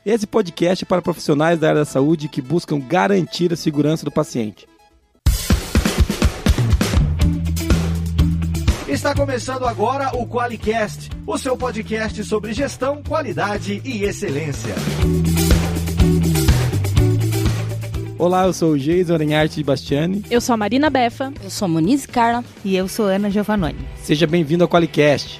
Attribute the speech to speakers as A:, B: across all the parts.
A: Esse podcast é para profissionais da área da saúde que buscam garantir a segurança do paciente.
B: Está começando agora o QualiCast, o seu podcast sobre gestão, qualidade e excelência.
A: Olá, eu sou o Geison Arenharte de Bastiani.
C: Eu sou a Marina Befa.
D: Eu sou a Moniz Carla.
E: E eu sou a Ana Giovannoni.
A: Seja bem-vindo ao QualiCast.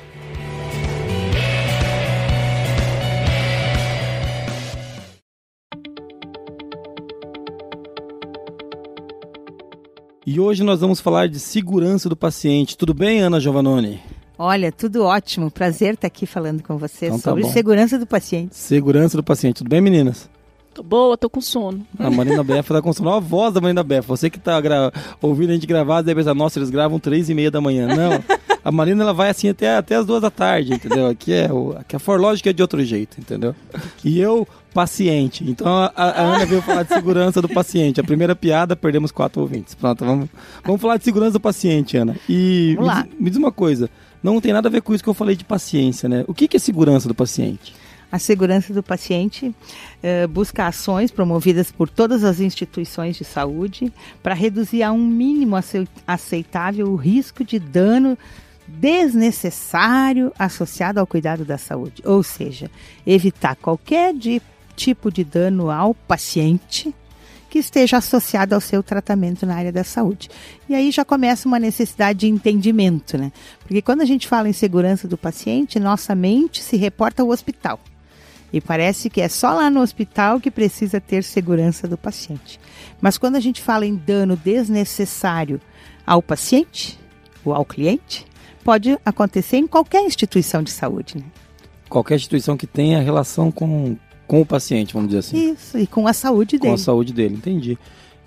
A: E hoje nós vamos falar de segurança do paciente. Tudo bem, Ana Giovannoni?
E: Olha, tudo ótimo. Prazer estar aqui falando com vocês
A: então,
E: sobre segurança do paciente.
A: Segurança do paciente. Tudo bem, meninas?
C: Tô boa, tô com sono.
A: A Marina Befa tá com sono. Olha a voz da Marina Befa. Você que tá ouvindo a gente gravar, deve pensar, nossa, eles gravam 3h30 da manhã. Não, a Marina ela vai assim até as 2 da tarde, entendeu? Aqui a ForLogic é de outro jeito, entendeu? E eu, paciente. Então a Ana veio falar de segurança do paciente. A primeira piada, perdemos 4 ouvintes. Pronto, vamos falar de segurança do paciente, Ana. E me diz uma coisa, não tem nada a ver com isso que eu falei de paciência, né? O que é segurança do paciente?
E: A segurança do paciente busca ações promovidas por todas as instituições de saúde para reduzir a um mínimo aceitável o risco de dano desnecessário associado ao cuidado da saúde. Ou seja, evitar qualquer tipo de dano ao paciente que esteja associado ao seu tratamento na área da saúde. E aí já começa uma necessidade de entendimento, né? Porque quando a gente fala em segurança do paciente, nossa mente se reporta ao hospital. E parece que é só lá no hospital que precisa ter segurança do paciente. Mas quando a gente fala em dano desnecessário ao paciente ou ao cliente, pode acontecer em qualquer instituição de saúde, né?
A: Qualquer instituição que tenha relação com o paciente, vamos dizer assim.
E: Isso, e com a saúde dele.
A: Com a saúde dele, entendi.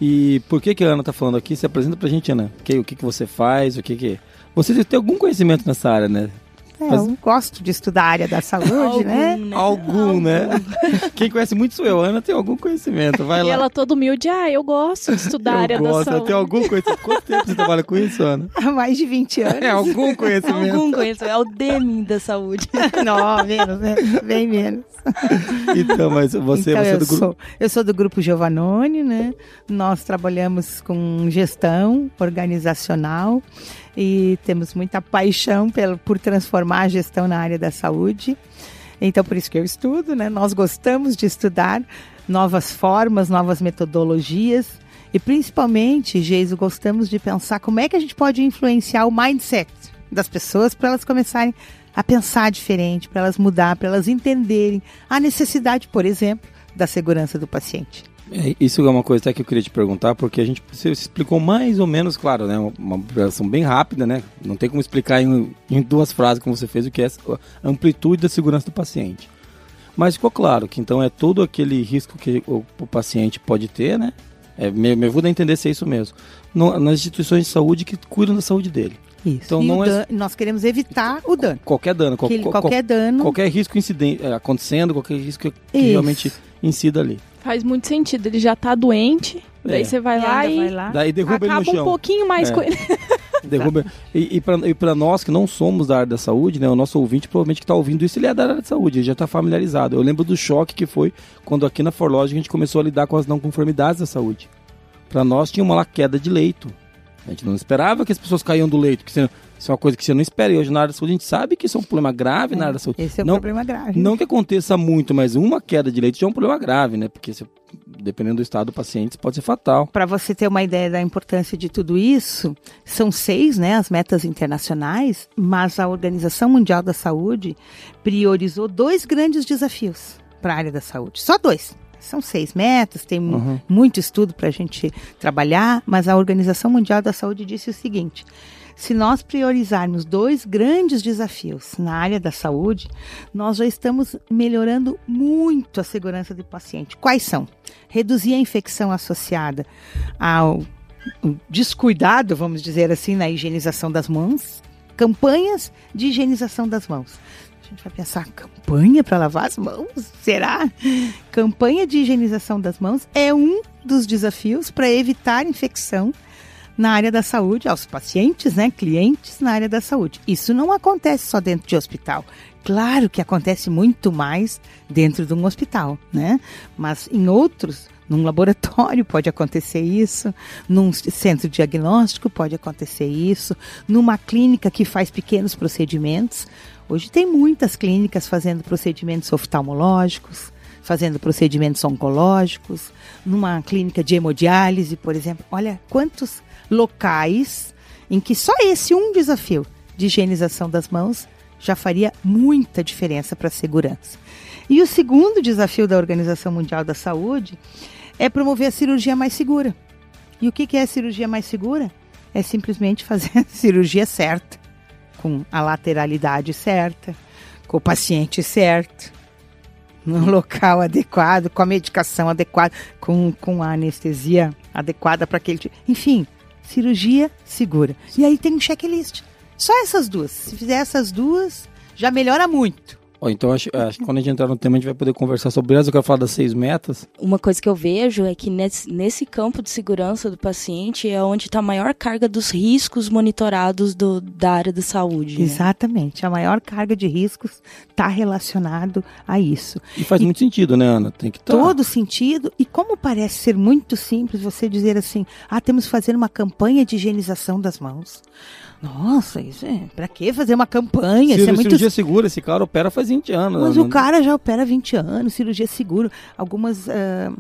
A: E por que a Ana está falando aqui? Se apresenta pra gente, Ana. O que você faz, Você tem algum conhecimento nessa área, né?
E: Eu gosto de estudar a área da saúde, né?
A: Algum, né? Quem conhece muito sou eu. A Ana tem algum conhecimento, vai lá.
C: E ela toda humilde, eu gosto de estudar a área da saúde.
A: Eu tenho algum conhecimento. Quanto tempo você trabalha com isso, Ana?
E: Há mais de 20 anos.
A: Algum conhecimento.
D: Algum conhecimento. É o Deming da saúde.
E: Não, menos, bem menos.
A: Então, mas você é do grupo...
E: Eu sou do Grupo Giovannoni, né? Nós trabalhamos com gestão organizacional e temos muita paixão por transformar a gestão na área da saúde. Então, por isso que eu estudo, né? Nós gostamos de estudar novas formas, novas metodologias e, principalmente, Geiso, gostamos de pensar como é que a gente pode influenciar o mindset das pessoas para elas começarem a pensar diferente, para elas mudar, para elas entenderem a necessidade, por exemplo, da segurança do paciente.
A: Isso é uma coisa até que eu queria te perguntar, porque você explicou mais ou menos, claro, né, uma apresentação bem rápida, né? Não tem como explicar em 2 frases como você fez o que é a amplitude da segurança do paciente. Mas ficou claro que então é todo aquele risco que o paciente pode ter, né? Me ajuda a entender se é isso mesmo. Nas instituições de saúde que cuidam da saúde dele.
E: Isso.
A: Então,
E: nós queremos evitar o dano.
A: Qualquer dano. Qualquer risco acontecendo, qualquer risco que realmente incida ali.
C: Faz muito sentido, ele já tá doente, daí você vai lá e
A: daí derruba ele no chão.
C: Acaba um pouquinho mais com ele.
A: Derruba. E para nós que não somos da área da saúde, né, o nosso ouvinte provavelmente que está ouvindo isso, ele é da área da saúde, ele já está familiarizado. Eu lembro do choque que foi quando aqui na ForLogic a gente começou a lidar com as não conformidades da saúde. Para nós tinha uma queda de leito. A gente não esperava que as pessoas caíam do leito, que isso é uma coisa que você não espera. E hoje na área da saúde a gente sabe que isso é um problema grave na área da saúde.
E: Esse é um problema grave.
A: Não que aconteça muito, mas uma queda de leito já é um problema grave, né? Porque dependendo do estado do paciente, pode ser fatal.
E: Para você ter uma ideia da importância de tudo isso, são 6, né, as metas internacionais, mas a Organização Mundial da Saúde priorizou 2 grandes desafios para a área da saúde. Só 2. São 6 metas, tem muito estudo para a gente trabalhar, mas a Organização Mundial da Saúde disse o seguinte: se nós priorizarmos 2 grandes desafios na área da saúde, nós já estamos melhorando muito a segurança do paciente. Quais são? Reduzir a infecção associada ao descuidado, vamos dizer assim, na higienização das mãos, campanhas de higienização das mãos. A gente vai pensar, campanha para lavar as mãos? Será? Campanha de higienização das mãos é um dos desafios para evitar infecção na área da saúde, aos pacientes, né, clientes na área da saúde. Isso não acontece só dentro de hospital. Claro que acontece muito mais dentro de um hospital, né? Mas em outros, num laboratório pode acontecer isso, num centro diagnóstico pode acontecer isso, numa clínica que faz pequenos procedimentos. Hoje tem muitas clínicas fazendo procedimentos oftalmológicos, fazendo procedimentos oncológicos, numa clínica de hemodiálise, por exemplo. Olha quantos locais em que só esse um desafio de higienização das mãos já faria muita diferença para a segurança. E o segundo desafio da Organização Mundial da Saúde é promover a cirurgia mais segura. E o que é a cirurgia mais segura? É simplesmente fazer a cirurgia certa, com a lateralidade certa, com o paciente certo, no local adequado, com a medicação adequada, com a anestesia adequada para aquele tipo. Enfim, cirurgia segura. E aí tem um checklist. Só essas duas. Se fizer essas duas, já melhora muito.
A: Então, acho que quando a gente entrar no tema, a gente vai poder conversar sobre elas. Eu quero falar das 6 metas.
D: Uma coisa que eu vejo é que nesse campo de segurança do paciente é onde está a maior carga dos riscos monitorados da área da saúde.
E: Exatamente. Né? A maior carga de riscos está relacionado a isso.
A: E faz muito sentido, né, Ana? Tem que
E: todo sentido. E como parece ser muito simples você dizer assim, temos que fazer uma campanha de higienização das mãos. Nossa, isso pra que fazer uma campanha?
A: Cirurgia segura, esse cara opera faz 20 anos.
E: Mas o cara já opera há 20 anos, cirurgia segura. Algumas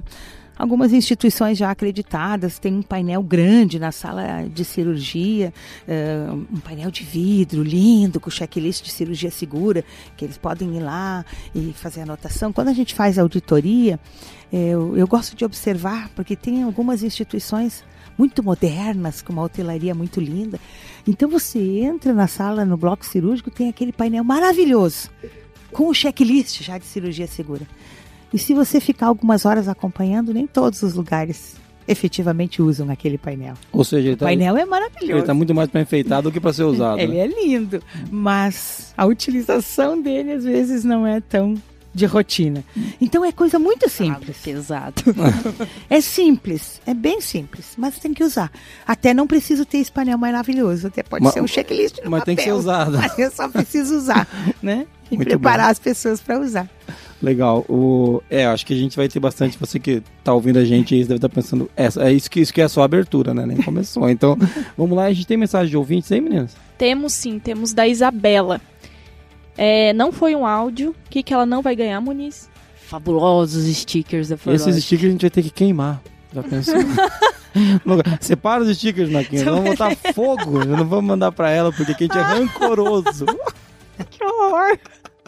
E: instituições já acreditadas têm um painel grande na sala de cirurgia, um painel de vidro lindo, com checklist de cirurgia segura, que eles podem ir lá e fazer anotação. Quando a gente faz auditoria, eu gosto de observar, porque tem algumas instituições muito modernas, com uma hotelaria muito linda. Então você entra na sala, no bloco cirúrgico, tem aquele painel maravilhoso, com o checklist já de cirurgia segura. E se você ficar algumas horas acompanhando, nem todos os lugares efetivamente usam aquele painel.
A: Ou seja,
E: o painel é maravilhoso.
A: Ele está muito mais para enfeitar do que para ser usado.
E: Ele é lindo, mas a utilização dele às vezes não é tão de rotina. Então é coisa muito simples.
D: Pesado.
E: É simples, é bem simples, mas tem que usar. Até não preciso ter esse painel maravilhoso, até pode ser um checklist no
A: mas
E: papel,
A: tem que ser usado.
E: Mas eu só preciso usar, né? E
A: muito
E: preparar
A: bem.
E: As pessoas para usar.
A: Legal. Acho que a gente vai ter bastante. Você que tá ouvindo a gente aí, deve estar pensando, isso que é só a abertura, né? Nem começou. Então, vamos lá. A gente tem mensagem de ouvintes aí, meninas?
C: Temos sim, temos da Isabela. Não foi um áudio. O que ela não vai ganhar, Muniz?
D: Fabulosos stickers da Forlogic.
A: Esses stickers a gente vai ter que queimar. Já pensou? Separa os stickers, Naquinha. Vamos botar fogo. Não vamos mandar pra ela, porque a gente é rancoroso.
C: Que horror!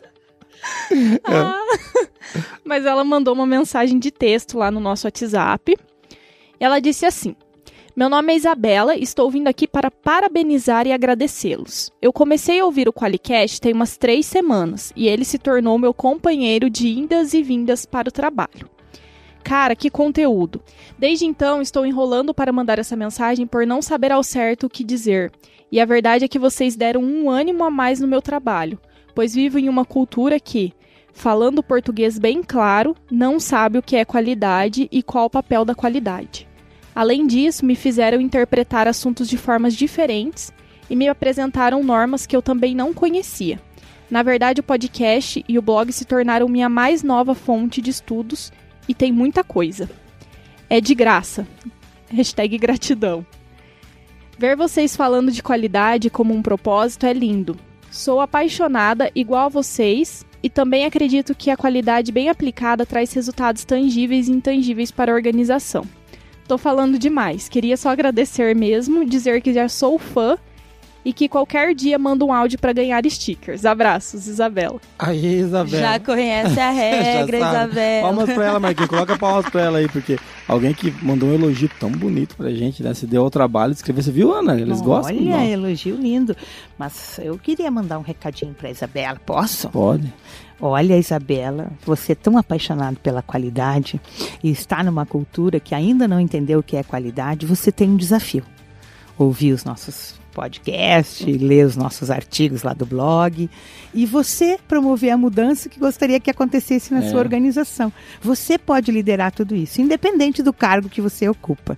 C: Mas ela mandou uma mensagem de texto lá no nosso WhatsApp. Ela disse assim: meu nome é Isabela, estou vindo aqui para parabenizar e agradecê-los. Eu comecei a ouvir o QualiCast tem umas 3 semanas e ele se tornou meu companheiro de indas e vindas para o trabalho. Cara, que conteúdo! Desde então estou enrolando para mandar essa mensagem por não saber ao certo o que dizer. E a verdade é que vocês deram um ânimo a mais no meu trabalho, pois vivo em uma cultura que, falando português bem claro, não sabe o que é qualidade e qual o papel da qualidade. Além disso, me fizeram interpretar assuntos de formas diferentes e me apresentaram normas que eu também não conhecia. Na verdade, o podcast e o blog se tornaram minha mais nova fonte de estudos e tem muita coisa. É de graça. #gratidão. Ver vocês falando de qualidade como um propósito é lindo. Sou apaixonada igual a vocês e também acredito que a qualidade bem aplicada traz resultados tangíveis e intangíveis para a organização. Tô falando demais, queria só agradecer mesmo, dizer que já sou fã e que qualquer dia mando um áudio para ganhar stickers. Abraços, Isabela.
A: Aí, Isabela.
D: Já conhece a regra, Isabela.
A: Palmas pra ela, Marquinhos. Coloca palmas pra ela aí, porque alguém que mandou um elogio tão bonito pra gente, né? Se deu ao trabalho de escrever. Você viu, Ana? Eles gostam?
E: Olha, elogio lindo. Mas eu queria mandar um recadinho pra Isabela. Posso?
A: Pode.
E: Olha, Isabela, você é tão apaixonado pela qualidade e está numa cultura que ainda não entendeu o que é qualidade, você tem um desafio. Ouvir os nossos podcasts, ler os nossos artigos lá do blog e você promover a mudança que gostaria que acontecesse na sua organização. Você pode liderar tudo isso, independente do cargo que você ocupa.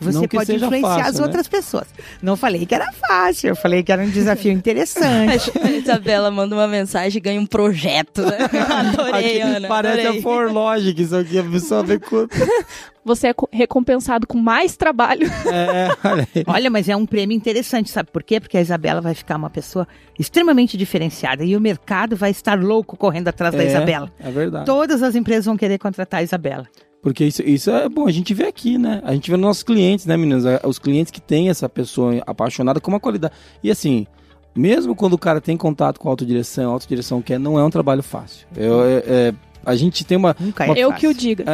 E: Você
A: Não que
E: pode
A: seja
E: influenciar
A: fácil,
E: as
A: né?
E: outras pessoas. Não falei que era fácil, eu falei que era um desafio interessante.
D: A Isabela manda uma mensagem e ganha um projeto, né? Adorei, Ana.
A: Parece
D: adorei.
A: a ForLogic, isso aqui, a pessoa vê quanto...
C: Você é recompensado com mais trabalho.
A: Olha aí.
E: Olha, mas é um prêmio interessante, sabe por quê? Porque a Isabela vai ficar uma pessoa extremamente diferenciada e o mercado vai estar louco correndo atrás da Isabela.
A: É verdade.
E: Todas as empresas vão querer contratar a Isabela.
A: Porque isso é bom, a gente vê aqui, né? A gente vê nos nossos clientes, né, meninas? Os clientes que têm essa pessoa apaixonada com uma qualidade. E assim, mesmo quando o cara tem contato com a autodireção quer, não é um trabalho fácil. A gente tem uma...
E: Nunca
C: Eu
E: fácil.
C: que o diga. Tô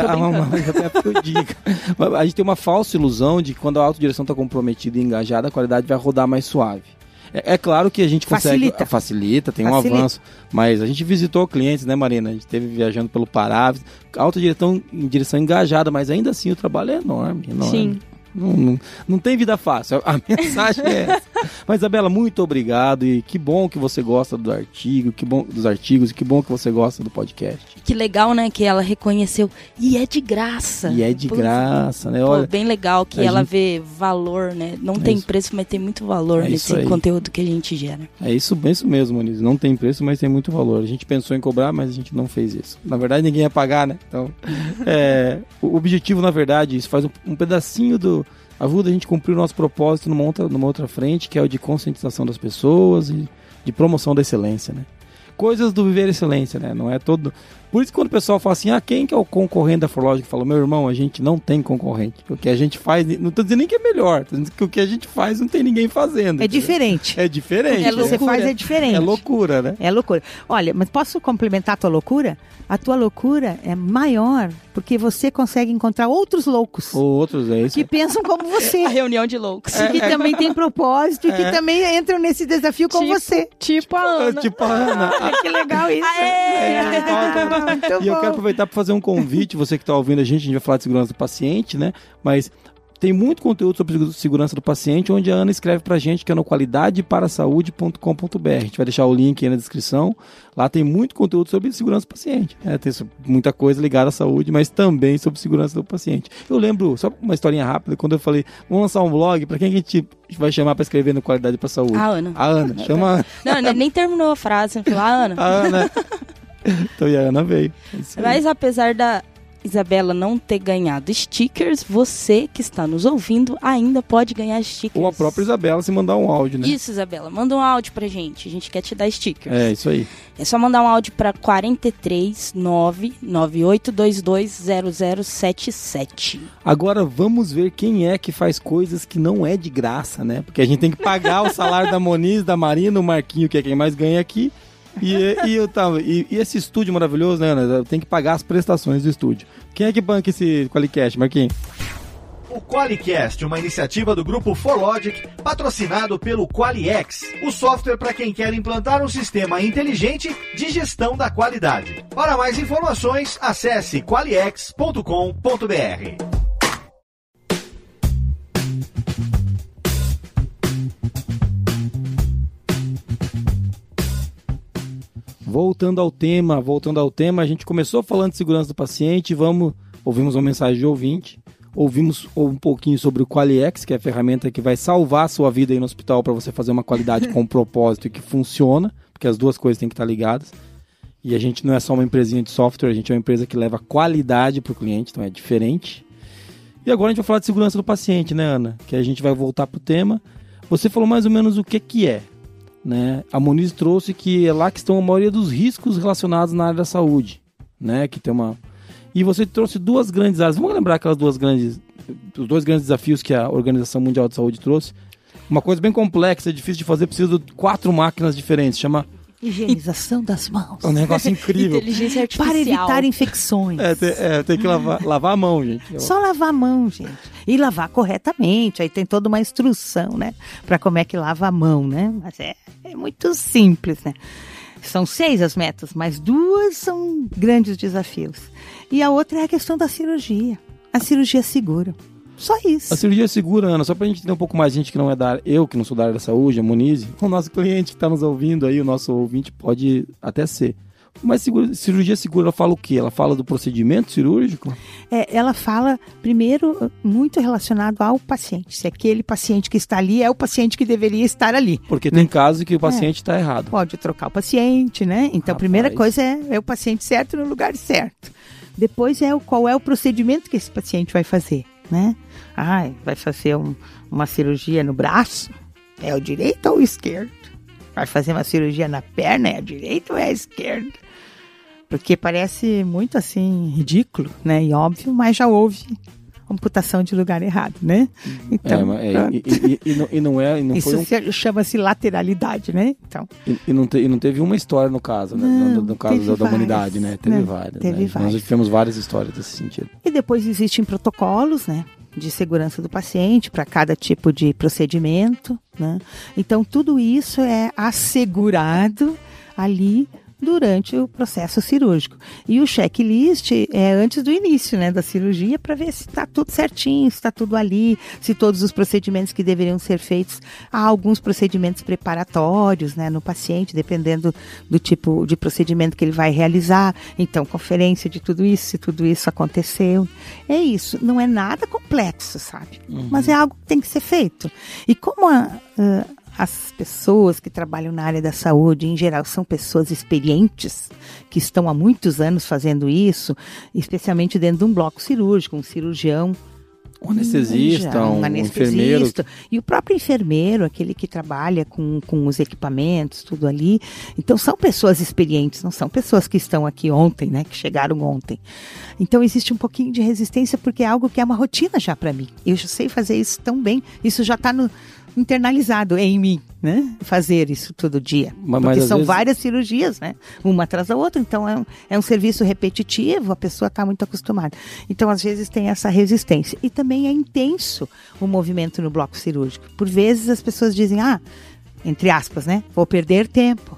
C: brincando.
A: A gente tem uma falsa ilusão de que quando a autodireção está comprometida e engajada, a qualidade vai rodar mais suave. É claro que a gente consegue... Facilita, tem um avanço. Mas a gente visitou clientes, né, Marina? A gente esteve viajando pelo Pará. Autodireção em direção engajada, mas ainda assim o trabalho é enorme.
C: Sim.
A: Não tem vida fácil, a mensagem é essa. Mas, Isabela, muito obrigado e que bom que você gosta dos artigos e que bom que você gosta do podcast.
D: Que legal, né, que ela reconheceu. E é de graça.
A: E é de graça, né?
D: Pô,
A: Olha,
D: bem legal que ela vê valor, né? Não tem
A: isso.
D: preço, mas tem muito valor nesse conteúdo que a gente gera.
A: É isso mesmo, Moniz. Não tem preço, mas tem muito valor. A gente pensou em cobrar, mas a gente não fez isso. Na verdade, ninguém ia pagar, né? Então, o objetivo, na verdade, isso faz um pedacinho ajuda a gente a cumprir o nosso propósito numa outra frente, que é o de conscientização das pessoas e de promoção da excelência, né? Coisas do viver excelência, né? Não é todo... Por isso que quando o pessoal fala assim, quem que é o concorrente da ForLogic? Fala, meu irmão, a gente não tem concorrente. O que a gente faz, não tô dizendo nem que é melhor, tô dizendo que o que a gente faz não tem ninguém fazendo.
E: É diferente.
A: É diferente.
E: O que você faz é diferente.
A: É loucura, né?
E: É loucura. Olha, mas posso complementar a tua loucura? A tua loucura é maior porque você consegue encontrar outros loucos.
A: Outros, é isso.
E: Que pensam como você.
D: A reunião de loucos.
E: Que também tem propósito e que também entram nesse desafio com você.
C: Tipo a Ana.
A: Tipo a Ana.
E: Que legal isso.
A: E eu quero aproveitar para fazer um convite, você que está ouvindo a gente vai falar de segurança do paciente, né? Mas tem muito conteúdo sobre segurança do paciente, onde a Ana escreve pra gente, que é no qualidadeparasaude.com.br. A gente vai deixar o link aí na descrição. Lá tem muito conteúdo sobre segurança do paciente. Tem muita coisa ligada à saúde, mas também sobre segurança do paciente. Eu lembro, só uma historinha rápida, quando eu falei, vamos lançar um blog, pra quem a gente vai chamar pra escrever no Qualidade para a Saúde?
D: A Ana.
A: A Ana, chama a Ana.
D: Não, nem terminou a frase, você falou a Ana.
A: A Ana. Então, e a Ana veio.
D: Mas apesar da Isabela não ter ganhado stickers, você que está nos ouvindo ainda pode ganhar stickers.
A: Ou a própria Isabela se mandar um áudio, né?
D: Isso, Isabela, manda um áudio pra gente. A gente quer te dar stickers.
A: É, isso aí.
D: É só mandar um áudio pra 43998220077.
A: Agora vamos ver quem é que faz coisas que não é de graça, né? Porque a gente tem que pagar o salário da Moniz, da Marina, o Marquinho, que é quem mais ganha aqui. E esse estúdio maravilhoso, né, Ana? Tem que pagar as prestações do estúdio. Quem é que banca esse Qualicast, Marquinhos?
B: O Qualicast, uma iniciativa do grupo ForLogic, patrocinado pelo Qualiex, o software para quem quer implantar um sistema inteligente de gestão da qualidade. Para mais informações, acesse qualiex.com.br.
A: Voltando ao tema, a gente começou falando de segurança do paciente, ouvimos uma mensagem de ouvinte, ouvimos um pouquinho sobre o Qualiex, que é a ferramenta que vai salvar a sua vida aí no hospital para você fazer uma qualidade com propósito e que funciona, porque as duas coisas têm que estar ligadas. E a gente não é só uma empresinha de software, a gente é uma empresa que leva qualidade para o cliente, então é diferente. E agora a gente vai falar de segurança do paciente, né, Ana? Que a gente vai voltar para o tema. Você falou mais ou menos o que é. Né? A Moniz trouxe que é lá que estão a maioria dos riscos relacionados na área da saúde, né? Que tem uma... E você trouxe duas grandes áreas. Vamos lembrar os dois grandes desafios que a Organização Mundial de Saúde trouxe. Uma coisa bem complexa, difícil de fazer, precisa de 4 máquinas diferentes. Chama
E: higienização das mãos.
A: É um negócio incrível.
D: Inteligência artificial.
E: Para evitar infecções.
A: Tem que lavar a mão, gente.
E: Só lavar a mão, gente. E lavar corretamente. Aí tem toda uma instrução, né? Para como é que lava a mão, né? Mas é muito simples, né? São 6 as metas, mas 2 são grandes desafios. E a outra é a questão da cirurgia. A cirurgia segura. Só isso.
A: A cirurgia segura, Ana, só pra gente entender um pouco mais, gente que não é da área, eu que não sou da área da saúde, a Moniz, o nosso cliente que tá nos ouvindo aí, o nosso ouvinte pode até ser. Mas cirurgia segura, ela fala o quê? Ela fala do procedimento cirúrgico?
E: Ela fala, primeiro, muito relacionado ao paciente. Se aquele paciente que está ali é o paciente que deveria estar ali.
A: Porque tem casos que o paciente está errado.
E: Pode trocar o paciente, né? Então, a primeira coisa é o paciente certo no lugar certo. Depois qual é o procedimento que esse paciente vai fazer, né? Vai fazer uma cirurgia no braço? É o direito ou o esquerdo? Vai fazer uma cirurgia na perna? É o direito ou é a esquerda? Porque parece muito assim ridículo, né? E óbvio, mas já houve amputação de lugar errado, né? Então, isso chama-se lateralidade, né? Então,
A: e não teve uma história no caso, né? No caso da humanidade, né? Teve várias. Teve várias. Nós tivemos várias histórias desse sentido.
E: E depois existem protocolos, né? De segurança do paciente para cada tipo de procedimento, né? Então, tudo isso é assegurado ali durante o processo cirúrgico. E o checklist é antes do início, né, da cirurgia, para ver se está tudo certinho, se está tudo ali, se todos os procedimentos que deveriam ser feitos. Há alguns procedimentos preparatórios, né, no paciente, dependendo do tipo de procedimento que ele vai realizar. Então, conferência de tudo isso, se tudo isso aconteceu. É isso, não é nada complexo, sabe? Mas é algo que tem que ser feito. E como as pessoas que trabalham na área da saúde, em geral, são pessoas experientes, que estão há muitos anos fazendo isso, especialmente dentro de um bloco cirúrgico, um cirurgião,
A: um anestesista, um enfermeiro.
E: E o próprio enfermeiro, aquele que trabalha com os equipamentos, tudo ali. Então, são pessoas experientes, não são pessoas que estão aqui ontem, né, que chegaram ontem. Então, existe um pouquinho de resistência, porque é algo que é uma rotina já para mim. Eu já sei fazer isso tão bem, isso já está internalizado em mim, né? Fazer isso todo dia. Porque são várias cirurgias, né? Uma atrás da outra, então é um serviço repetitivo, a pessoa está muito acostumada. Então, às vezes, tem essa resistência. E também é intenso o movimento no bloco cirúrgico. Por vezes, as pessoas dizem, entre aspas, né? Vou perder tempo.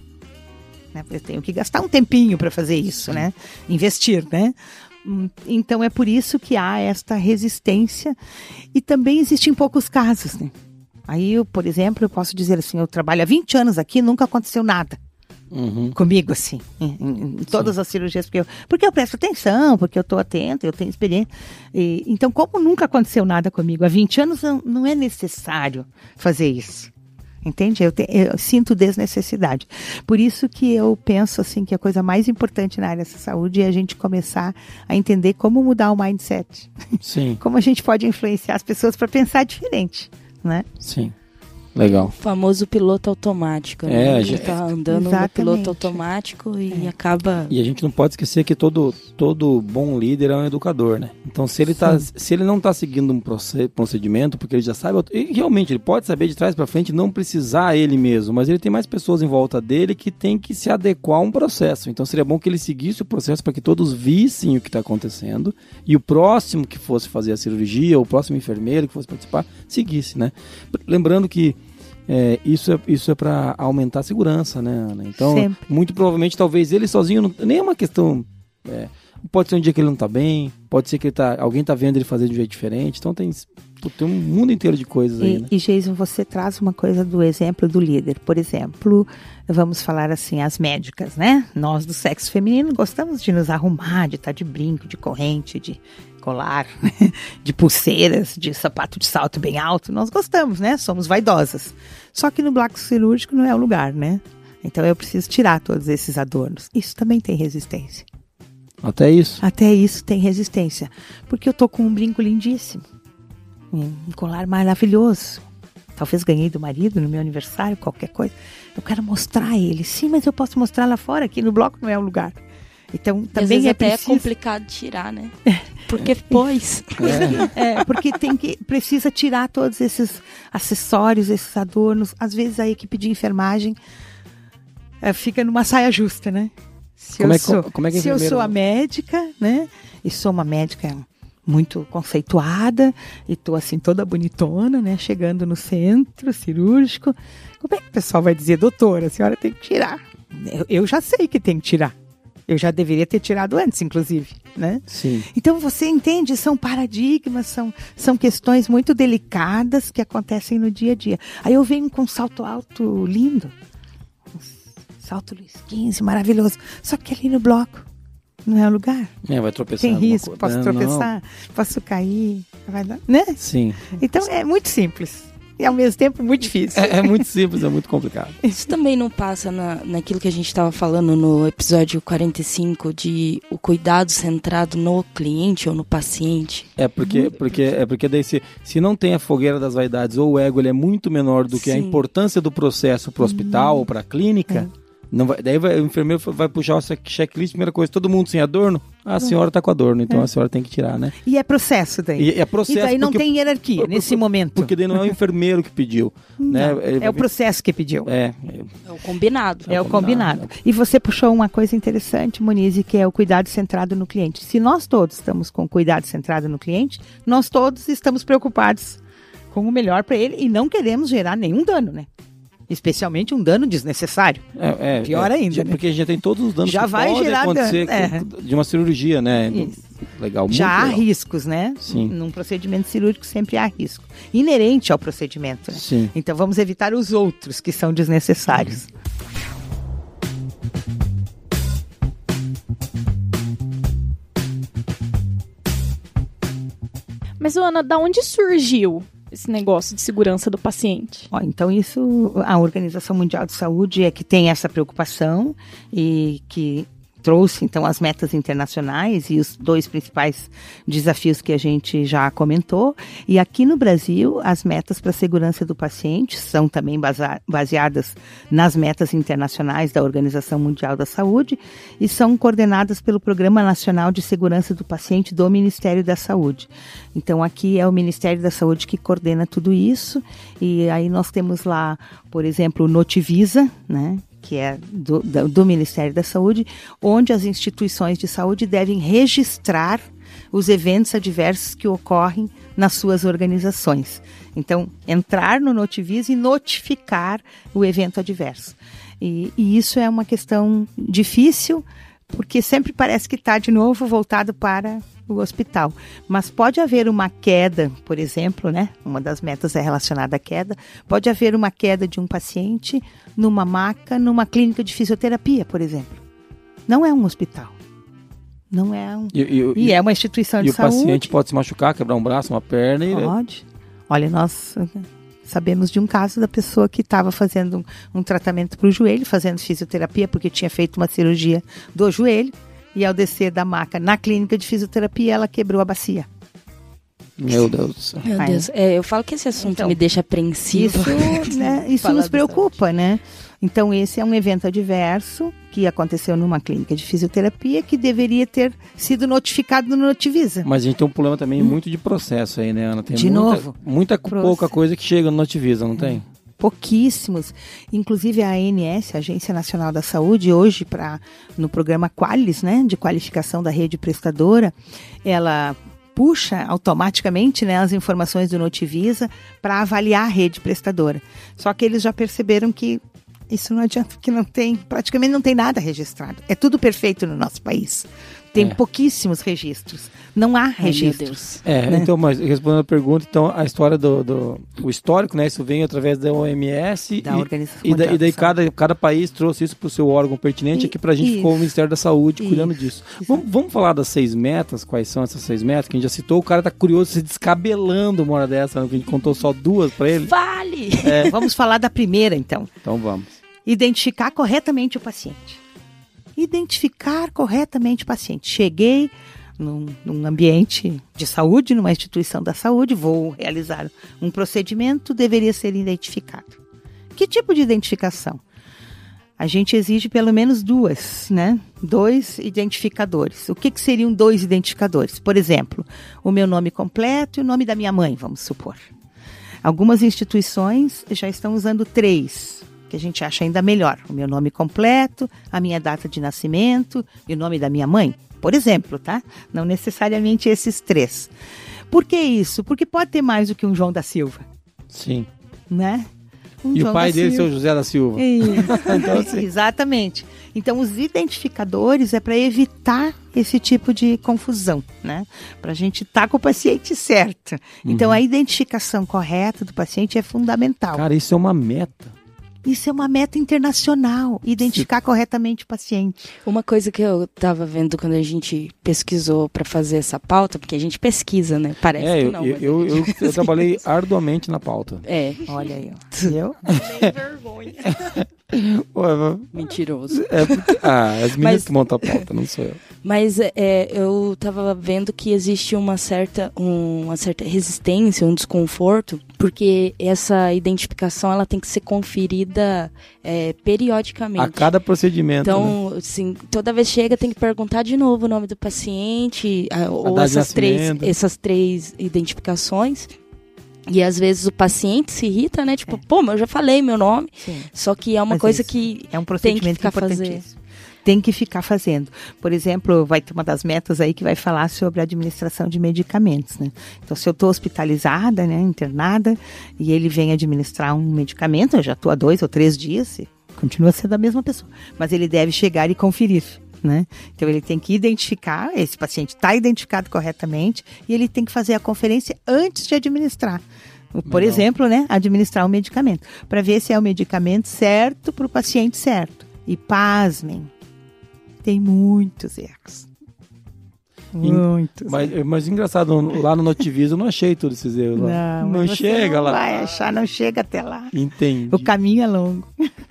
E: Né? Eu tenho que gastar um tempinho para fazer isso, né? Investir, né? Então, é por isso que há esta resistência. E também existem poucos casos, né? Aí, por exemplo, eu posso dizer assim, eu trabalho há 20 anos aqui, nunca aconteceu nada comigo, assim, em todas as cirurgias, porque eu presto atenção, porque eu estou atenta, eu tenho experiência. Então, como nunca aconteceu nada comigo há 20 anos, não é necessário fazer isso. Entende? Eu sinto desnecessidade. Por isso que eu penso assim, que a coisa mais importante na área da saúde é a gente começar a entender como mudar o mindset.
A: Sim.
E: Como a gente pode influenciar as pessoas para pensar diferente, né?
A: Sim. Legal.
D: O famoso piloto automático, né? A gente tá andando no piloto automático e acaba...
A: E a gente não pode esquecer que todo bom líder é um educador, né? Então, se ele não tá seguindo um procedimento, porque ele já sabe... E realmente, ele pode saber de trás para frente, não precisar ele mesmo, mas ele tem mais pessoas em volta dele que tem que se adequar a um processo. Então, seria bom que ele seguisse o processo para que todos vissem o que está acontecendo e o próximo que fosse fazer a cirurgia, ou o próximo enfermeiro que fosse participar, seguisse, né? Lembrando que isso é para aumentar a segurança, né, Ana? Então, muito provavelmente, talvez ele sozinho, nem é uma questão... pode ser um dia que ele não tá bem, pode ser que alguém tá vendo ele fazer de um jeito diferente, então tem um mundo inteiro de coisas aí, né?
E: E, Jason, você traz uma coisa do exemplo do líder. Por exemplo, vamos falar assim, as médicas, né? Nós do sexo feminino gostamos de nos arrumar, de estar de brinco, de corrente, de colar, de pulseiras, de sapato de salto bem alto. Nós gostamos, né? Somos vaidosas. Só que no bloco cirúrgico não é o lugar, né? Então eu preciso tirar todos esses adornos. Isso também tem resistência.
A: Até isso?
E: Até isso tem resistência. Porque eu tô com um brinco lindíssimo. Um colar maravilhoso. Talvez ganhei do marido no meu aniversário, qualquer coisa. Eu quero mostrar a ele. Sim, mas eu posso mostrar lá fora, aqui no bloco não é o lugar. Então também
D: é preciso... é complicado tirar, né? Porque
E: porque precisa tirar todos esses acessórios, esses adornos. Às vezes a equipe de enfermagem fica numa saia justa, né? Se eu sou a médica, né? E sou uma médica muito conceituada e tô assim toda bonitona, né? Chegando no centro cirúrgico, como é que o pessoal vai dizer, doutora, a senhora tem que tirar? Eu já sei que tem que tirar. Eu já deveria ter tirado antes, inclusive, né?
A: Sim.
E: Então você entende, são paradigmas, são questões muito delicadas que acontecem no dia a dia. Aí eu venho com um salto alto lindo, Salto Luiz, 15, maravilhoso. Só que ali no bloco não é o lugar.
A: Vai tropeçar.
E: Tem risco, posso tropeçar, posso cair, vai dar, né?
A: Sim.
E: Então é muito simples e ao mesmo tempo muito difícil.
A: É muito simples, é muito complicado.
D: Isso também não passa naquilo que a gente estava falando no episódio 45 de o cuidado centrado no cliente ou no paciente?
A: Porque daí se não tem a fogueira das vaidades ou o ego ele é muito menor do que a importância do processo para o hospital ou para a clínica, não vai, daí o enfermeiro vai puxar o checklist, primeira coisa, todo mundo sem adorno? A senhora está com adorno, então a senhora tem que tirar, né?
E: E é processo daí.
A: E é processo.
E: E daí não tem hierarquia nesse momento.
A: Porque daí não é o enfermeiro que pediu. Né?
E: É o processo que pediu.
D: É o combinado.
E: É o combinado. E você puxou uma coisa interessante, Monize, que é o cuidado centrado no cliente. Se nós todos estamos com cuidado centrado no cliente, nós todos estamos preocupados com o melhor para ele e não queremos gerar nenhum dano, né? Especialmente um dano desnecessário. Pior ainda, né?
A: Porque já tem todos os danos
E: já
A: que
E: vai
A: podem
E: gerar
A: acontecer de uma cirurgia, né?
E: Isso.
A: Legal, muito
E: já há
A: legal.
E: riscos, né?
A: Sim.
E: Num procedimento cirúrgico sempre há risco. Inerente ao procedimento. Né?
A: Sim.
E: Então vamos evitar os outros que são desnecessários.
C: Mas, Ana, da onde surgiu esse negócio de segurança do paciente?
E: Então isso, a Organização Mundial de Saúde é que tem essa preocupação e que trouxe, então, as metas internacionais e os dois principais desafios que a gente já comentou. E aqui no Brasil, as metas para a segurança do paciente são também baseadas nas metas internacionais da Organização Mundial da Saúde e são coordenadas pelo Programa Nacional de Segurança do Paciente do Ministério da Saúde. Então, aqui é o Ministério da Saúde que coordena tudo isso. E aí nós temos lá, por exemplo, o Notivisa, né? Que é do Ministério da Saúde, onde as instituições de saúde devem registrar os eventos adversos que ocorrem nas suas organizações. Então, entrar no Notivisa e notificar o evento adverso. E isso é uma questão difícil, porque sempre parece que está de novo voltado para o hospital. Mas pode haver uma queda, por exemplo, né? Uma das metas é relacionada à queda. Pode haver uma queda de um paciente numa maca, numa clínica de fisioterapia, por exemplo. Não é um hospital. Não é um... E é uma instituição de saúde.
A: E o paciente pode se machucar, quebrar um braço, uma perna e...
E: Pode. Olha, nós sabemos de um caso da pessoa que estava fazendo um tratamento para o joelho, fazendo fisioterapia, porque tinha feito uma cirurgia do joelho. E ao descer da maca na clínica de fisioterapia, ela quebrou a bacia.
A: Meu Deus do céu.
D: Meu Deus. Eu falo que esse assunto me deixa apreensivo.
E: Isso nos preocupa, né? Então, esse é um evento adverso que aconteceu numa clínica de fisioterapia que deveria ter sido notificado no Notivisa.
A: Mas a gente tem um problema também muito de processo aí, né, Ana? Tem
E: muita
A: pouca coisa que chega no Notivisa, não tem?
E: Pouquíssimos. Inclusive a ANS, a Agência Nacional da Saúde, hoje no programa Qualis, né, de qualificação da rede prestadora, ela puxa automaticamente, né, as informações do Notivisa para avaliar a rede prestadora. Só que eles já perceberam que isso não adianta, que praticamente não tem nada registrado. É tudo perfeito no nosso país. Tem pouquíssimos registros. Não há registros.
A: Né? Então, mas respondendo a pergunta, então, a história o histórico, né? Isso vem através da OMS
E: da Organização
A: e daí cada país trouxe isso para o seu órgão pertinente. Aqui pra gente ficou o Ministério da Saúde cuidando disso. Vamos falar das 6 metas? Quais são essas 6 metas que a gente já citou? O cara tá curioso, se descabelando uma hora dessa, né? Que a gente contou só 2 para ele.
D: Vale!
E: Vamos falar da primeira, então.
A: Então vamos.
E: Identificar corretamente o paciente. Identificar corretamente o paciente. Cheguei num ambiente de saúde, numa instituição da saúde, vou realizar um procedimento, deveria ser identificado. Que tipo de identificação? A gente exige pelo menos 2, né? 2 identificadores. O que seriam 2 identificadores? Por exemplo, o meu nome completo e o nome da minha mãe, vamos supor. Algumas instituições já estão usando 3, que a gente acha ainda melhor. O meu nome completo, a minha data de nascimento e o nome da minha mãe, por exemplo, tá? Não necessariamente esses 3. Por que isso? Porque pode ter mais do que um João da Silva.
A: Sim.
E: Né?
A: E João o pai dele, seu José da Silva.
E: Então, assim. Exatamente. Então, os identificadores é para evitar esse tipo de confusão, né? Para a gente estar com o paciente certo. Então, a identificação correta do paciente é fundamental.
A: Cara, isso é uma meta.
E: Isso é uma meta internacional, identificar corretamente o paciente.
D: Uma coisa que eu estava vendo quando a gente pesquisou para fazer essa pauta, porque a gente pesquisa, né? Parece que não.
A: Eu trabalhei arduamente na pauta.
E: Olha aí, ó. Viu?
C: Nem vergonha.
D: Mentiroso.
A: As meninas que montam a pauta, não sou eu.
D: Mas eu estava vendo que existe uma certa resistência, um desconforto, porque essa identificação ela tem que ser conferida periodicamente.
A: A cada procedimento.
D: Então,
A: né?
D: assim, toda vez chega tem que perguntar de novo o nome do paciente, ou essas três identificações. E às vezes o paciente se irrita, né? Tipo, mas eu já falei meu nome. Sim. Só que é uma coisa que
E: é um procedimento
D: tem que ficar fazendo.
E: Tem que ficar fazendo. Por exemplo, vai ter uma das metas aí que vai falar sobre a administração de medicamentos, né? Então, se eu estou hospitalizada, né, internada, e ele vem administrar um medicamento, eu já estou há 2 ou 3 dias, continua sendo a mesma pessoa. Mas ele deve chegar e conferir, né? Então, ele tem que identificar, esse paciente está identificado corretamente, e ele tem que fazer a conferência antes de administrar. Por exemplo, né, administrar um medicamento, para ver se é o medicamento certo para o paciente certo. E pasmem, tem muitos erros. Muitos.
A: Mas engraçado, lá no Notiviso eu não achei todos esses erros lá. Não chega lá.
E: Vai achar, não chega até lá.
A: Entendi.
E: O caminho é longo.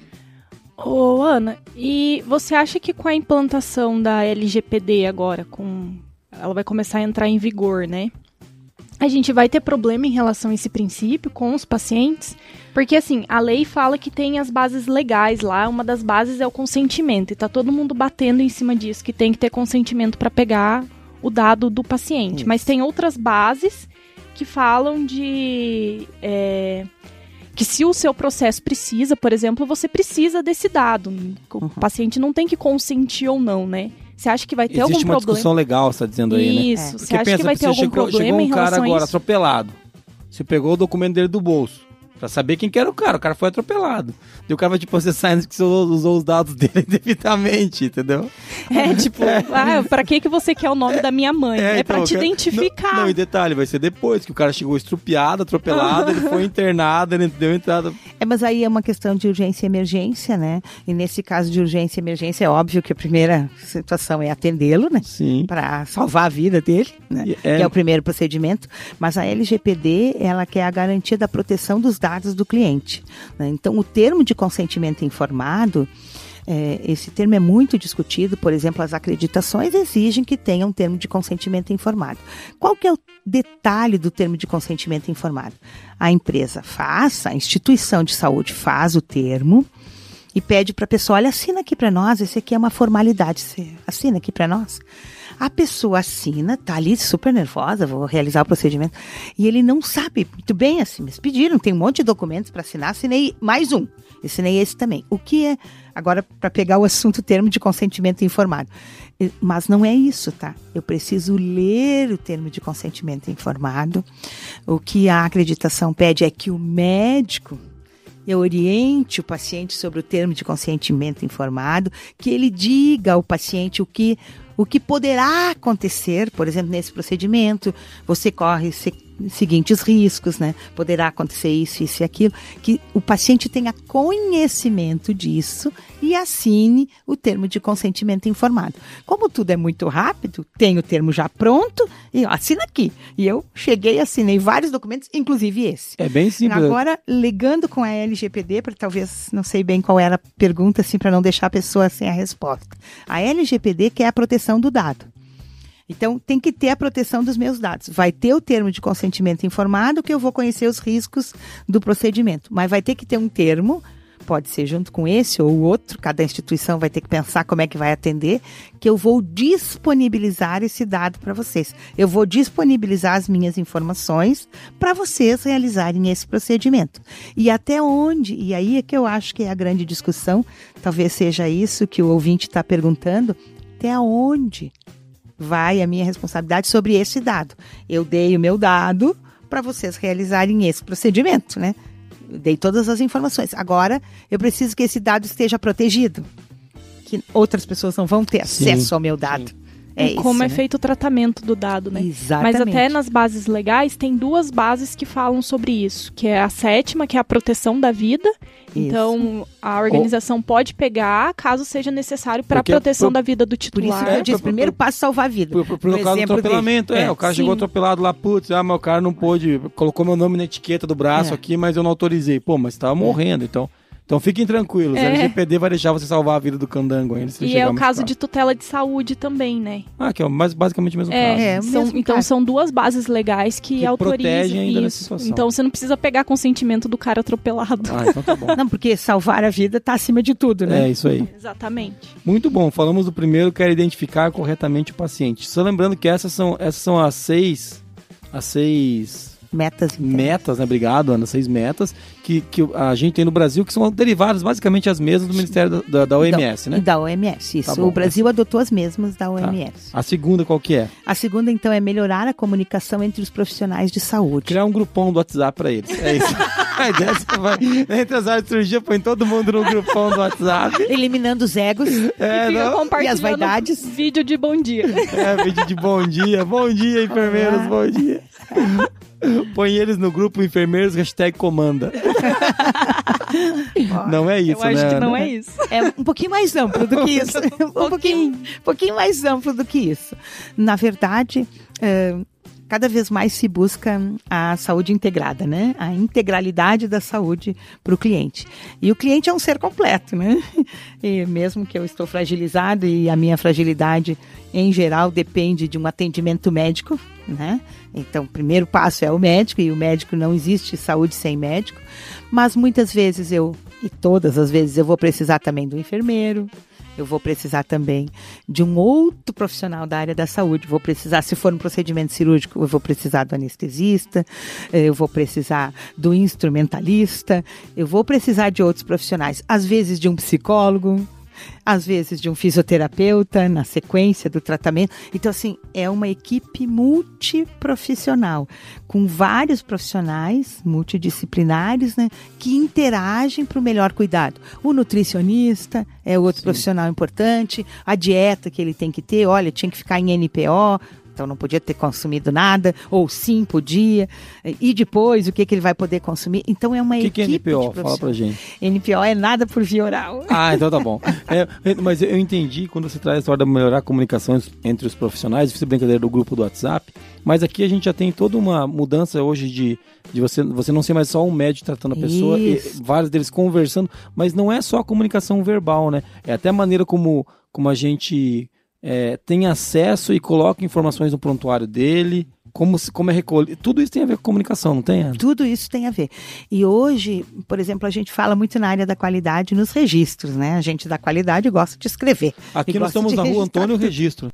C: Ô, Ana, e você acha que com a implantação da LGPD agora, ela vai começar a entrar em vigor, né? A gente vai ter problema em relação a esse princípio com os pacientes? Porque, assim, a lei fala que tem as bases legais lá, uma das bases é o consentimento, e tá todo mundo batendo em cima disso, que tem que ter consentimento para pegar o dado do paciente. Isso. Mas tem outras bases que falam de... que se o seu processo precisa, por exemplo, você precisa desse dado. O paciente não tem que consentir ou não, né? Você acha que vai ter algum problema?
A: Existe uma discussão legal, você está dizendo aí, né?
C: Isso. Você acha que vai ter algum problema em relação a isso? Chegou um cara agora
A: atropelado. Você pegou o documento dele do bolso. Pra saber quem que era o cara foi atropelado. E o cara vai te processar que você usou os dados dele indevidamente, entendeu?
C: Pra que você quer o nome da minha mãe? Então, pra te identificar.
A: Não, e detalhe, vai ser depois que o cara chegou estrupiado, atropelado, ele foi internado, ele deu entrada.
E: Mas aí é uma questão de urgência e emergência, né? E nesse caso de urgência e emergência, é óbvio que a primeira situação é atendê-lo, né?
A: Sim.
E: Pra salvar a vida dele, né? Que é o primeiro procedimento. Mas a LGPD, ela quer a garantia da proteção dos dados do cliente, né? Então, o termo de consentimento informado, esse termo é muito discutido. Por exemplo, as acreditações exigem que tenha um termo de consentimento informado. Qual que é o detalhe do termo de consentimento informado? A empresa a instituição de saúde faz o termo e pede para a pessoa, olha, assina aqui para nós, esse aqui é uma formalidade, você assina aqui para nós. A pessoa assina, tá ali super nervosa, vou realizar o procedimento, e ele não sabe muito bem, assim, mas pediram, tem um monte de documentos para assinar, assinei mais um, assinei esse também. O que é, agora, para pegar o assunto, termo de consentimento informado. Mas não é isso, tá? Eu preciso ler o termo de consentimento informado. O que a acreditação pede é que o médico oriente o paciente sobre o termo de consentimento informado, que ele diga ao paciente o que poderá acontecer, por exemplo, nesse procedimento, você corre seguintes riscos, né? Poderá acontecer isso, isso e aquilo, que o paciente tenha conhecimento disso e assine o termo de consentimento informado. Como tudo é muito rápido, tem o termo já pronto e assina aqui. E eu cheguei, assinei vários documentos, inclusive esse.
A: É bem simples.
E: Agora, ligando com a LGPD, para talvez, não sei bem qual era a pergunta, assim, para não deixar a pessoa sem a resposta. A LGPD quer a proteção do dado. Então, tem que ter a proteção dos meus dados. Vai ter o termo de consentimento informado, que eu vou conhecer os riscos do procedimento. Mas vai ter que ter um termo, pode ser junto com esse ou outro, cada instituição vai ter que pensar como é que vai atender, que eu vou disponibilizar esse dado para vocês. Eu vou disponibilizar as minhas informações para vocês realizarem esse procedimento. E até onde? E aí é que eu acho que é a grande discussão, talvez seja isso que o ouvinte está perguntando, até onde vai a minha responsabilidade sobre esse dado. Eu dei o meu dado para vocês realizarem esse procedimento, né? Eu dei todas as informações. Agora, eu preciso que esse dado esteja protegido, que outras pessoas não vão ter acesso ao meu dado. Sim.
C: Como é feito o tratamento do dado, né?
E: Exatamente.
C: Mas até nas bases legais tem 2 bases que falam sobre isso, que é a 7ª, que é a proteção da vida. Isso. Então, a organização pode pegar caso seja necessário para a proteção da vida do titular.
E: Por isso que eu disse, primeiro passo salvar a vida.
A: No caso do atropelamento, o cara chegou atropelado lá, putz, mas o cara não pôde, colocou meu nome na etiqueta do braço aqui, mas eu não autorizei. Pô, mas estava morrendo, Então fiquem tranquilos, a LGPD vai deixar você salvar a vida do candango ainda.
C: E é o caso de tutela de saúde também, né?
A: Que é basicamente o mesmo caso.
C: Então são 2 bases legais que autorizam
A: protegem ainda
C: isso.
A: nessa situação.
C: Então você não precisa pegar consentimento do cara atropelado.
A: Então tá bom.
E: Não, porque salvar a vida tá acima de tudo, né?
A: É isso aí.
C: Exatamente.
A: Muito bom, falamos do primeiro, que era identificar corretamente o paciente. Só lembrando que essas são as 6
E: metas,
A: né? Obrigado, Ana. 6 metas que a gente tem no Brasil, que são derivadas basicamente as mesmas do Ministério da OMS, né?
E: E da OMS, isso.
A: Tá bom,
E: o Brasil adotou as mesmas da OMS.
A: A segunda qual que é?
E: A segunda, então, é melhorar a comunicação entre os profissionais de saúde.
A: Criar um grupão do WhatsApp para eles. É isso. A ideia vai, entre as áreas de cirurgia, põe todo mundo no grupão do WhatsApp.
E: Eliminando os egos e as vaidades.
C: Vídeo de bom dia.
A: Vídeo de bom dia. Bom dia, enfermeiros, bom dia. Põe eles no grupo enfermeiros, #comanda. Não é isso,
C: né? Eu acho que não é isso.
E: É um pouquinho mais amplo do que isso. um pouquinho mais amplo do que isso. Na verdade, cada vez mais se busca a saúde integrada, né? A integralidade da saúde para o cliente. E o cliente é um ser completo, né? E mesmo que eu estou fragilizado e a minha fragilidade, em geral, depende de um atendimento médico, né? Então, o primeiro passo é o médico, e o médico não existe saúde sem médico. Mas muitas vezes e todas as vezes, eu vou precisar também do enfermeiro, eu vou precisar também de um outro profissional da área da saúde. Vou precisar, se for um procedimento cirúrgico, eu vou precisar do anestesista, eu vou precisar do instrumentalista, eu vou precisar de outros profissionais, às vezes de um psicólogo, às vezes de um fisioterapeuta na sequência do tratamento. Então, assim, é uma equipe multiprofissional, com vários profissionais multidisciplinares, né, que interagem para o melhor cuidado. O nutricionista é outro profissional importante, a dieta que ele tem que ter, olha, tinha que ficar em NPO, então não podia ter consumido nada, ou sim, podia. E depois, o que ele vai poder consumir? Então é uma equipe.
A: O que é NPO? Fala pra gente.
E: NPO é nada por via oral.
A: Então tá bom. Mas eu entendi quando você traz a história de melhorar a comunicação entre os profissionais, fiz brincadeira do grupo do WhatsApp, mas aqui a gente já tem toda uma mudança hoje de você não ser mais só um médico tratando a pessoa, e vários deles conversando, mas não é só a comunicação verbal, né? É até a maneira como a gente tem acesso e coloca informações no prontuário dele, como é recolhido. Tudo isso tem a ver com comunicação, não tem, Ana?
E: Tudo isso tem a ver. E hoje, por exemplo, a gente fala muito na área da qualidade nos registros, né? A gente da qualidade gosta de escrever.
A: Aqui nós estamos na rua Antônio Registro.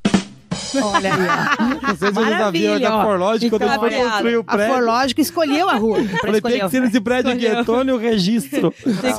E: Olha aí,
A: ó. Vocês já viram da Forlógica, quando a gente foi construir o prédio.
E: A Forlógica escolheu a rua.
A: Falei, tem que ser nesse prédio aqui, Antônio Registro.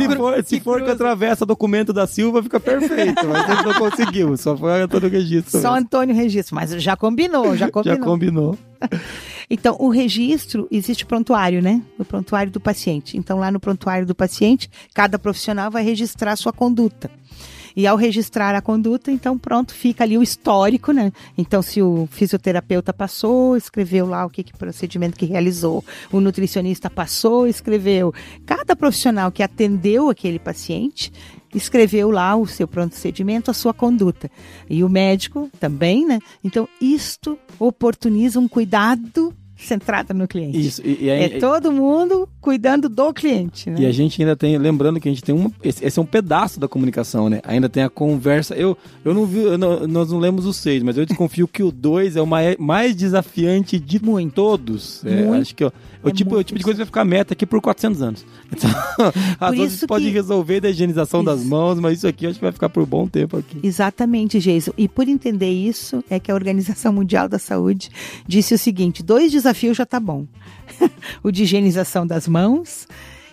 A: Se for que atravessa documento da Silva, fica perfeito. Mas a gente não conseguiu, só foi Antônio Registro.
E: Só Antônio Registro, mas já combinou.
A: Já combinou.
E: Então, o registro, existe o prontuário, né? O prontuário do paciente. Então, lá no prontuário do paciente, cada profissional vai registrar a sua conduta. E ao registrar a conduta, então pronto, fica ali o histórico, né? Então, se o fisioterapeuta passou, escreveu lá o procedimento que realizou. O nutricionista passou, escreveu. Cada profissional que atendeu aquele paciente escreveu lá o seu procedimento, a sua conduta. E o médico também, né? Então, isto oportuniza um cuidado centrada no cliente.
A: Isso.
E: Todo mundo cuidando do cliente, né?
A: E a gente ainda tem, lembrando que a gente tem esse é um pedaço da comunicação, né? Ainda tem a conversa. Eu não vi, nós não lemos o 6, mas eu desconfio que o 2 é o mais desafiante de todos. Acho que o tipo de coisa que vai ficar meta aqui por 400 anos. Então, às vezes pode resolver da higienização das mãos, mas isso aqui acho que vai ficar por um bom tempo aqui.
E: Exatamente, Geison. E por entender isso, é que a Organização Mundial da Saúde disse o seguinte: 2 desafios já tá bom. O de higienização das mãos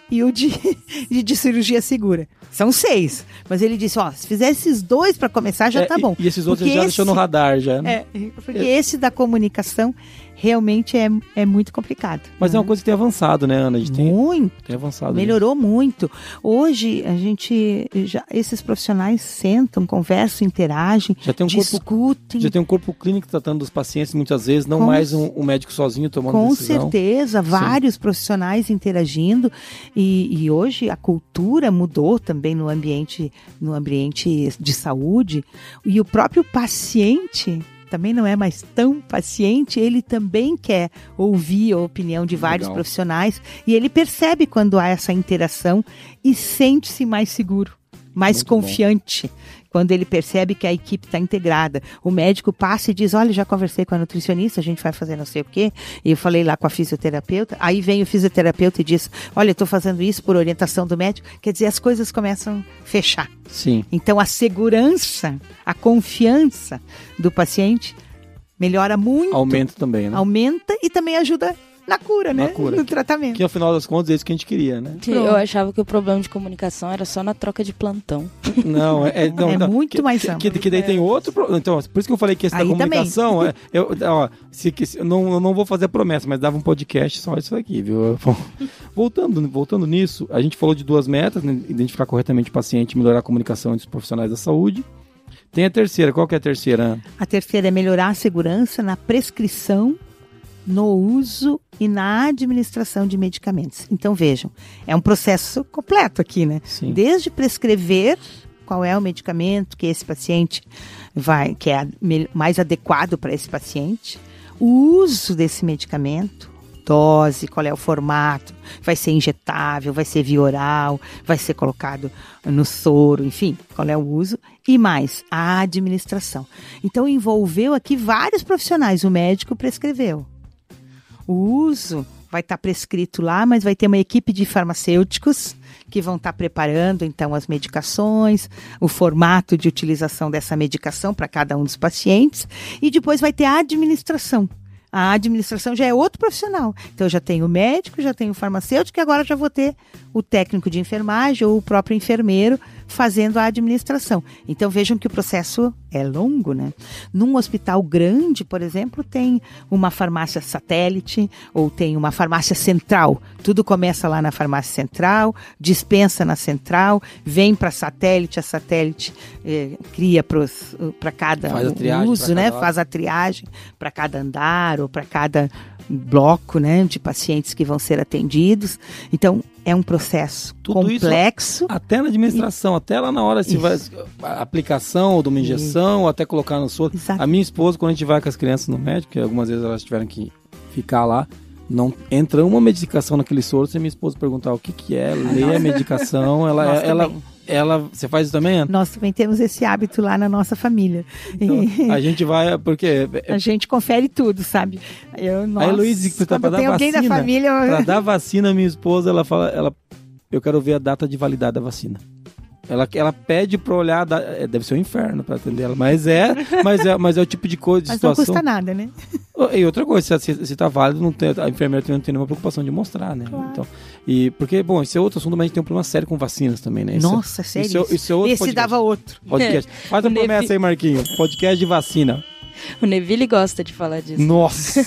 E: e o de cirurgia segura. São 6. Mas ele disse, se fizer esses 2 para começar, já tá bom.
A: E esses outros ele já deixou no radar, já, né?
E: Porque esse da comunicação realmente é muito complicado.
A: Mas é uma coisa que tem avançado, né, Ana?
E: Muito.
A: Tem avançado.
E: Melhorou muito. Hoje, esses profissionais sentam, conversam, interagem, discutem.
A: Já tem um corpo clínico tratando dos pacientes muitas vezes, não mais um médico sozinho tomando decisão.
E: Com certeza, vários profissionais interagindo. E hoje a cultura mudou também no ambiente de saúde. E o próprio paciente também não é mais tão paciente, ele também quer ouvir a opinião de vários profissionais e ele percebe quando há essa interação e sente-se mais seguro, mais muito confiante. Quando ele percebe que a equipe está integrada. O médico passa e diz, olha, já conversei com a nutricionista, a gente vai fazer não sei o quê. E eu falei lá com a fisioterapeuta. Aí vem o fisioterapeuta e diz, olha, eu estou fazendo isso por orientação do médico. Quer dizer, as coisas começam a fechar.
A: Sim.
E: Então, a segurança, a confiança do paciente melhora muito.
A: Aumenta também, né?
E: Aumenta e também ajuda na cura, né? No tratamento.
A: Que, ao final das contas, é isso que a gente queria, né?
D: Eu achava que o problema de comunicação era só na troca de plantão.
A: Não, não,
E: muito mais amplo.
A: Que daí tem outro problema. Então, por isso que eu falei que esse da comunicação... eu não vou fazer a promessa, mas dava um podcast só isso aqui, viu? Voltando nisso, a gente falou de 2 metas, né? Identificar corretamente o paciente e melhorar a comunicação entre os profissionais da saúde. Tem a terceira. Qual que é a terceira, Ana?
E: A terceira é melhorar a segurança na prescrição, no uso e na administração de medicamentos. Então, vejam, é um processo completo aqui, né?
A: Sim.
E: Desde prescrever qual é o medicamento que esse paciente que é mais adequado para esse paciente, o uso desse medicamento, dose, qual é o formato, vai ser injetável, vai ser via oral, vai ser colocado no soro, enfim, qual é o uso, e mais, a administração. Então, envolveu aqui vários profissionais, o médico prescreveu. O uso vai estar prescrito lá, mas vai ter uma equipe de farmacêuticos que vão estar preparando, então, as medicações, o formato de utilização dessa medicação para cada um dos pacientes, e depois vai ter a administração. A administração já é outro profissional. Então, eu já tenho o médico, já tenho o farmacêutico, e agora já vou ter o técnico de enfermagem ou o próprio enfermeiro fazendo a administração. Então, vejam que o processo é longo, né? Num hospital grande, por exemplo, tem uma farmácia satélite ou tem uma farmácia central. Tudo começa lá na farmácia central, dispensa na central, vem para satélite, a satélite cria para cada uso, né? Faz a triagem para cada andar ou para cada bloco, né, de pacientes que vão ser atendidos. Então, é um processo tudo complexo.
A: Isso, até na administração, até lá na hora, se vai a aplicação ou de uma injeção, ou até colocar no soro.
E: Exato.
A: A minha esposa, quando a gente vai com as crianças no médico, que algumas vezes elas tiveram que ficar lá, não entra uma medicação naquele soro, se a minha esposa perguntar o que é, ler a medicação, você faz isso também, Ana?
E: Nós também temos esse hábito lá na nossa família.
A: Então, a gente vai, porque...
E: A gente confere tudo, sabe?
A: A Heloísa, que tá para dar
E: alguém
A: vacina,
E: da família...
A: Para dar vacina, minha esposa, ela fala, eu quero ver a data de validade da vacina. Ela pede pra olhar, deve ser um inferno pra atender ela, mas é o tipo de coisa, de situação.
E: Mas não custa nada, né?
A: E outra coisa, se tá válido, a enfermeira também não tem nenhuma preocupação de mostrar, né?
E: Claro.
A: Então, porque, bom, esse é outro assunto, mas a gente tem um problema sério com vacinas também, né?
E: Nossa, sério?
A: Isso é outro
E: Esse podcast. Dava outro.
A: Podcast. Faz a promessa aí, Marquinhos. Podcast de vacina.
D: O Neville gosta de falar disso.
A: Nossa!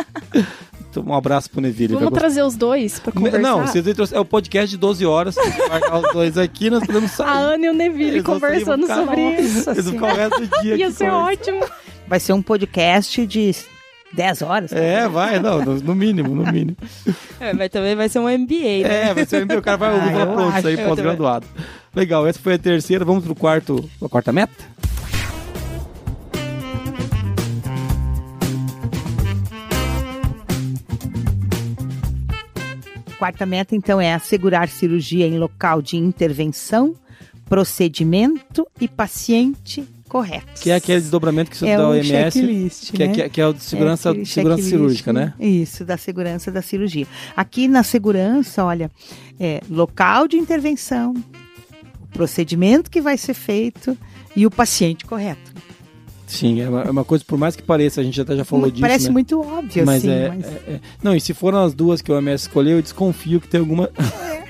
A: Um abraço pro Neville.
C: Vamos trazer os dois pra conversar?
A: Não, é o podcast de 12 horas. Marcar os dois aqui, nós podemos sair.
C: A Ana e o Neville conversando sobre isso.
A: Eles vão ficar o resto do dia.
C: Ia ser ótimo.
E: Vai ser um podcast de 10 horas.
A: Vai, no mínimo.
D: Mas também vai ser um MBA, né?
A: Vai ser um MBA. O cara vai falar, pronto, isso aí pós-graduado. Legal, essa foi a terceira. Vamos pro a quarta meta?
E: Quarta meta, então, é assegurar cirurgia em local de intervenção, procedimento e paciente corretos.
A: Que é aquele desdobramento que você dá ao OMS,
E: checklist, né?
A: que é o de segurança cirúrgica, né?
E: Isso, da segurança da cirurgia. Aqui na segurança, olha, local de intervenção, o procedimento que vai ser feito e o paciente correto.
A: Sim, é uma coisa, por mais que pareça, a gente até já falou disso,
E: parece
A: né?
E: muito óbvio,
A: mas
E: assim.
A: Não, e se foram as duas que o OMS escolheu, eu desconfio que tem alguma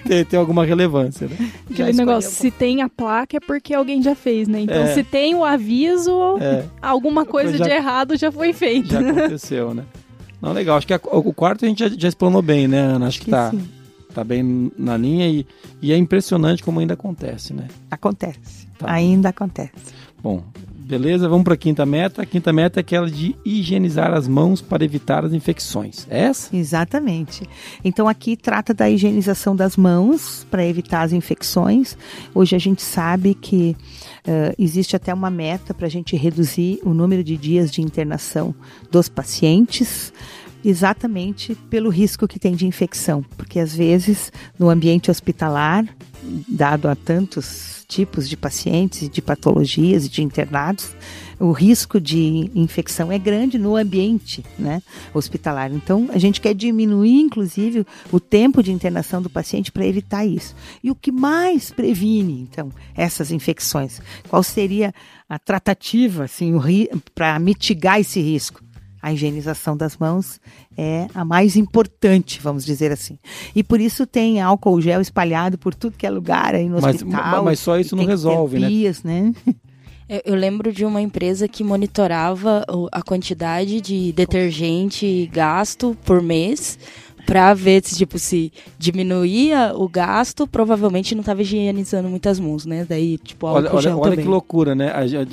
A: tem alguma relevância, né?
C: Aquele negócio, se tem a placa é porque alguém já fez, né? Então, se tem o aviso, alguma coisa de errado já foi feita.
A: Já aconteceu, né? Não, legal. Acho que o quarto a gente já explanou bem, né, Ana? Acho que tá bem na linha e é impressionante como ainda acontece, né?
E: Acontece. Ainda acontece.
A: Bom, beleza, vamos para a quinta meta. A quinta meta é aquela de higienizar as mãos para evitar as infecções. É essa?
E: Exatamente. Então aqui trata da higienização das mãos para evitar as infecções. Hoje a gente sabe que existe até uma meta para a gente reduzir o número de dias de internação dos pacientes, exatamente pelo risco que tem de infecção. Porque às vezes no ambiente hospitalar, dado a tantos tipos de pacientes, de patologias e de internados, o risco de infecção é grande no ambiente, né, hospitalar. Então, a gente quer diminuir, inclusive, o tempo de internação do paciente para evitar isso. E o que mais previne, então, essas infecções? Qual seria a tratativa, assim, para mitigar esse risco? A higienização das mãos é a mais importante, vamos dizer assim. E por isso tem álcool gel espalhado por tudo que é lugar aí no hospital.
A: Mas só isso não resolve,
E: né?
D: Eu lembro de uma empresa que monitorava a quantidade de detergente gasto por mês para ver se diminuía o gasto, provavelmente não estava higienizando muitas mãos, né? Daí,
A: olha que loucura, né?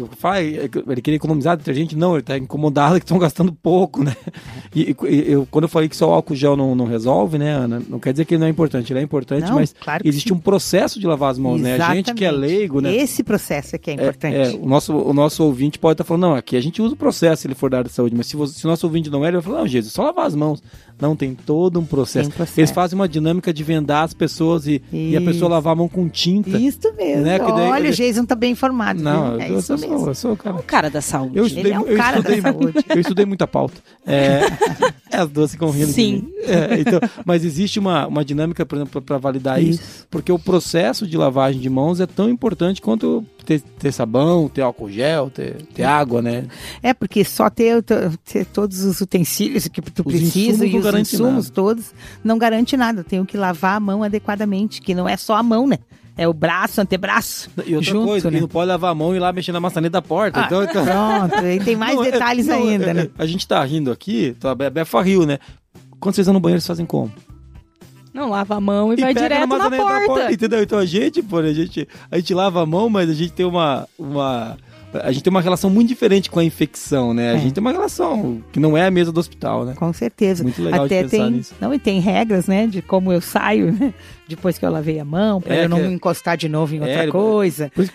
A: Ele queria economizar detergente, não, ele está incomodado que estão gastando pouco, né? Quando eu falei que só o álcool gel não resolve, né, Ana? Não quer dizer que ele não é importante, ele é importante, mas claro existe um processo de lavar as mãos, né? A gente que é leigo, né?
E: Esse processo é que é importante.
A: O nosso ouvinte pode estar falando, não, aqui a gente usa o processo se ele for da área de saúde, mas se o nosso ouvinte não é, ele vai falar, não, Jesus, só lavar as mãos. Não, tem todo um processo. Eles fazem uma dinâmica de vendar as pessoas e a pessoa lavar a mão com tinta.
E: Isso mesmo. Né? Olha, o Jason está bem informado.
A: Não, eu sou o
D: cara da saúde.
E: Ele é um cara da saúde.
A: Eu estudei muita pauta. As duas ficam rindo.
D: Sim.
A: Então, mas existe uma dinâmica, por exemplo, para validar isso, porque o processo de lavagem de mãos é tão importante quanto ter sabão, ter álcool gel, ter água, né?
E: Porque só ter todos os utensílios que tu precisa e os insumos todos não garante nada. Tenho que lavar a mão adequadamente, que não é só a mão, né? É o braço, antebraço.
A: E outra coisa, né? Ele não pode lavar a mão e ir lá mexer na maçaneta da porta.
E: Pronto, aí tem mais detalhes ainda, né?
A: A gente tá rindo aqui, a Befa riu, né? Quando vocês vão no banheiro, vocês fazem como?
C: Não, lava a mão e vai direto na porta.
A: Entendeu? Então a gente lava a mão, mas a gente tem a gente tem uma relação muito diferente com a infecção, né? A gente tem uma relação que não é a mesa do hospital, né?
E: Com certeza.
A: Muito legal de pensar nisso.
E: Não, e tem regras, né? De como eu saio, né? Depois que eu lavei a mão, para eu não encostar de novo em outra coisa.
A: Por isso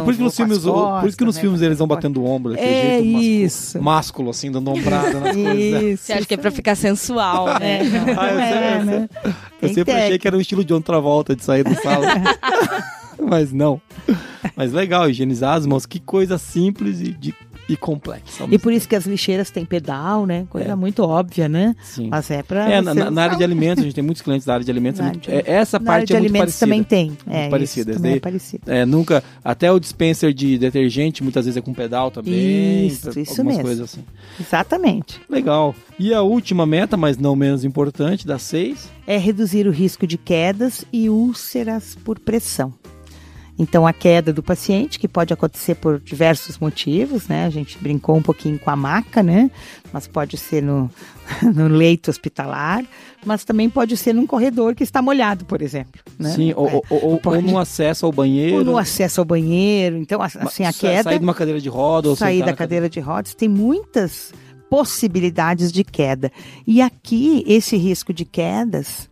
A: que nos filmes eles vão batendo o ombro.
E: Isso.
A: Másculo, assim, dando ombrada nas coisas.
D: Você acha que é pra ficar sensual, né?
E: Né?
A: Eu sempre achei que era um estilo de John Travolta de sair da sala. Mas não. Mas legal, higienizar as mãos. Que coisa simples e complexa.
E: E por isso que as lixeiras têm pedal, né? Coisa muito óbvia, né?
A: Sim.
E: Mas é pra...
A: Na área de alimentos, a gente tem muitos clientes da área de alimentos. Essa parte é muito parecida.
E: Também tem.
A: Parecida.
E: Também é parecido.
A: Nunca... Até o dispenser de detergente, muitas vezes é com pedal também.
E: Isso mesmo.
A: Coisas assim.
E: Exatamente.
A: Legal. E a última meta, mas não menos importante, das 6...
E: é reduzir o risco de quedas e úlceras por pressão. Então, a queda do paciente, que pode acontecer por diversos motivos, né? A gente brincou um pouquinho com a maca, né? Mas pode ser no leito hospitalar, mas também pode ser num corredor que está molhado, por exemplo. Né?
A: Sim, ou no acesso ao banheiro.
E: Ou no acesso ao banheiro. Então, assim, a queda...
A: Sair de uma cadeira de rodas.
E: Sair da cadeira de rodas. Tem muitas possibilidades de queda. E aqui, esse risco de quedas,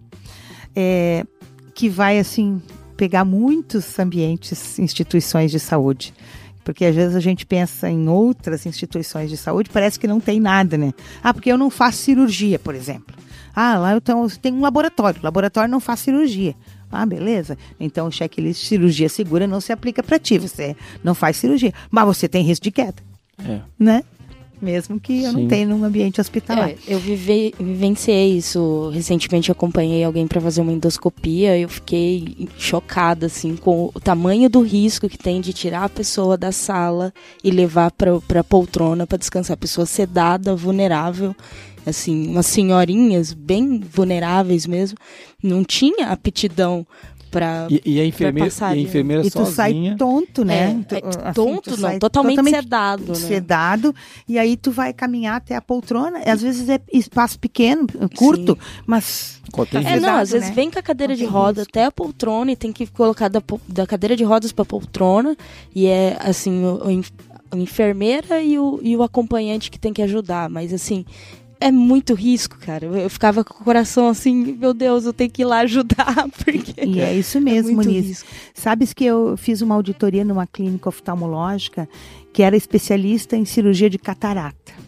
E: que vai, assim... pegar muitos ambientes, instituições de saúde. Porque às vezes a gente pensa em outras instituições de saúde, parece que não tem nada, né? Porque eu não faço cirurgia, por exemplo. Lá eu tenho um laboratório. O laboratório não faz cirurgia. Beleza. Então o checklist cirurgia segura não se aplica para ti. Você não faz cirurgia. Mas você tem risco de queda. Né? Mesmo que eu não tenha num ambiente hospitalar.
D: Eu vivenciei isso. Recentemente eu acompanhei alguém para fazer uma endoscopia. Eu fiquei chocada, assim, com o tamanho do risco que tem de tirar a pessoa da sala e levar para poltrona para descansar. A pessoa sedada, vulnerável, assim, umas senhorinhas bem vulneráveis mesmo. Não tinha aptidão
A: E a enfermeira
E: e tu
A: sozinha.
E: sai tonto, né?
D: Tonto, não, totalmente sedado, né?
E: Sedado, e aí tu vai caminhar até a poltrona, às vezes é espaço pequeno, curto, mas...
D: às vezes vem com a cadeira de roda até a poltrona e tem que colocar da cadeira de rodas pra poltrona, e é assim, a enfermeira e o acompanhante que tem que ajudar, mas assim... É muito risco, cara. Eu ficava com o coração assim, meu Deus, eu tenho que ir lá ajudar. Porque
E: e é isso mesmo, Moniz. Sabes que eu fiz uma auditoria numa clínica oftalmológica que era especialista em cirurgia de catarata.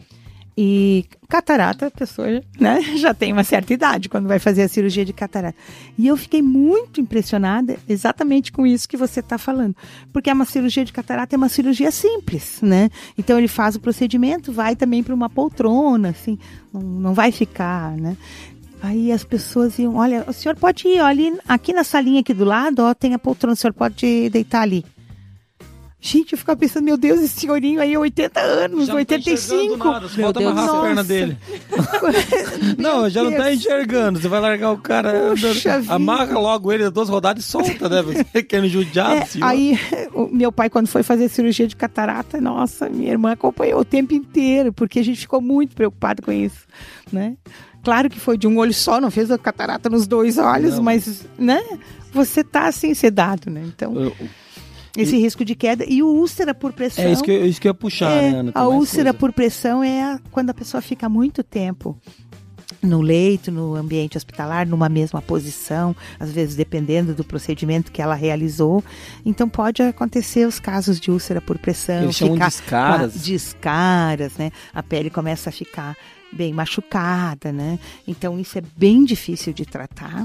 E: E catarata, a pessoa, né, já tem uma certa idade quando vai fazer a cirurgia de catarata. E eu fiquei muito impressionada exatamente com isso que você está falando. Porque uma cirurgia de catarata é uma cirurgia simples, né? Então ele faz o procedimento, vai também para uma poltrona, assim, não vai ficar, né? Aí as pessoas iam, olha, o senhor pode ir, olha, aqui na salinha aqui do lado, ó, tem a poltrona, o senhor pode deitar ali. Gente, eu ficava pensando, meu Deus, esse senhorinho aí é 80 anos, já 85.
A: Não nada, falta amarrar as pernas dele. Não, já não tá enxergando. Você vai largar o cara, amarra logo ele 2 rodadas e solta, né? Você quer me judiar, senhor.
E: Aí, o meu pai, quando foi fazer cirurgia de catarata, nossa, minha irmã acompanhou o tempo inteiro, porque a gente ficou muito preocupado com isso, né? Claro que foi de um olho só, não fez a catarata nos 2 olhos, mas, né? Você tá assim, sedado, né? Então... Esse risco de queda. E o úlcera por pressão...
A: É isso que eu ia puxar, né, Ana?
E: A úlcera por pressão é quando a pessoa fica muito tempo no leito, no ambiente hospitalar, numa mesma posição, às vezes dependendo do procedimento que ela realizou. Então pode acontecer os casos de úlcera por pressão.
A: Eles chamam de escaras.
E: De escaras, né? A pele começa a ficar bem machucada, né? Então isso é bem difícil de tratar.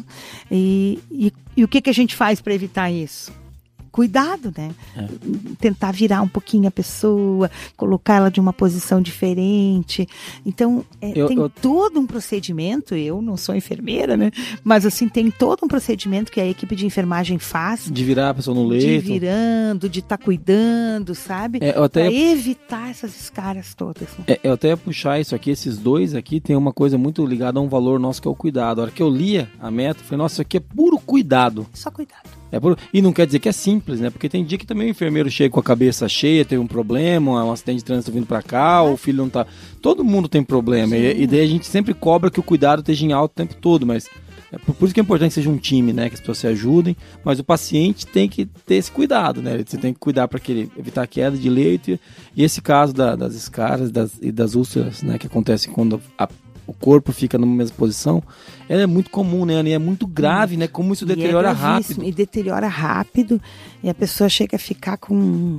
E: E o que a gente faz para evitar isso? Cuidado, né? Tentar virar um pouquinho a pessoa, colocar ela de uma posição diferente. Então, tem todo um procedimento, eu não sou enfermeira, né? Mas assim, tem todo um procedimento que a equipe de enfermagem faz.
A: De virar a pessoa no leito.
E: De virando, de estar cuidando, sabe? Para evitar essas escaras todas. Né?
A: Eu até ia puxar isso aqui, esses 2 aqui, tem uma coisa muito ligada a um valor nosso que é o cuidado. A hora que eu lia a meta, eu falei, nossa, isso aqui é puro cuidado.
E: Só cuidado.
A: E não quer dizer que é simples, né? Porque tem dia que também o enfermeiro chega com a cabeça cheia, teve um problema, um acidente de trânsito vindo pra cá, o filho não tá... Todo mundo tem problema. E daí a gente sempre cobra que o cuidado esteja em alto o tempo todo, mas... Por isso que é importante que seja um time, né? Que as pessoas se ajudem, mas o paciente tem que ter esse cuidado, né? Você tem que cuidar para evitar a queda de leito. E esse caso das escaras e das úlceras, né? Que acontece quando o corpo fica numa mesma posição, ela é muito comum, né, Ana? E é muito grave, né? Como isso deteriora rápido.
E: E deteriora rápido, e a pessoa chega a ficar com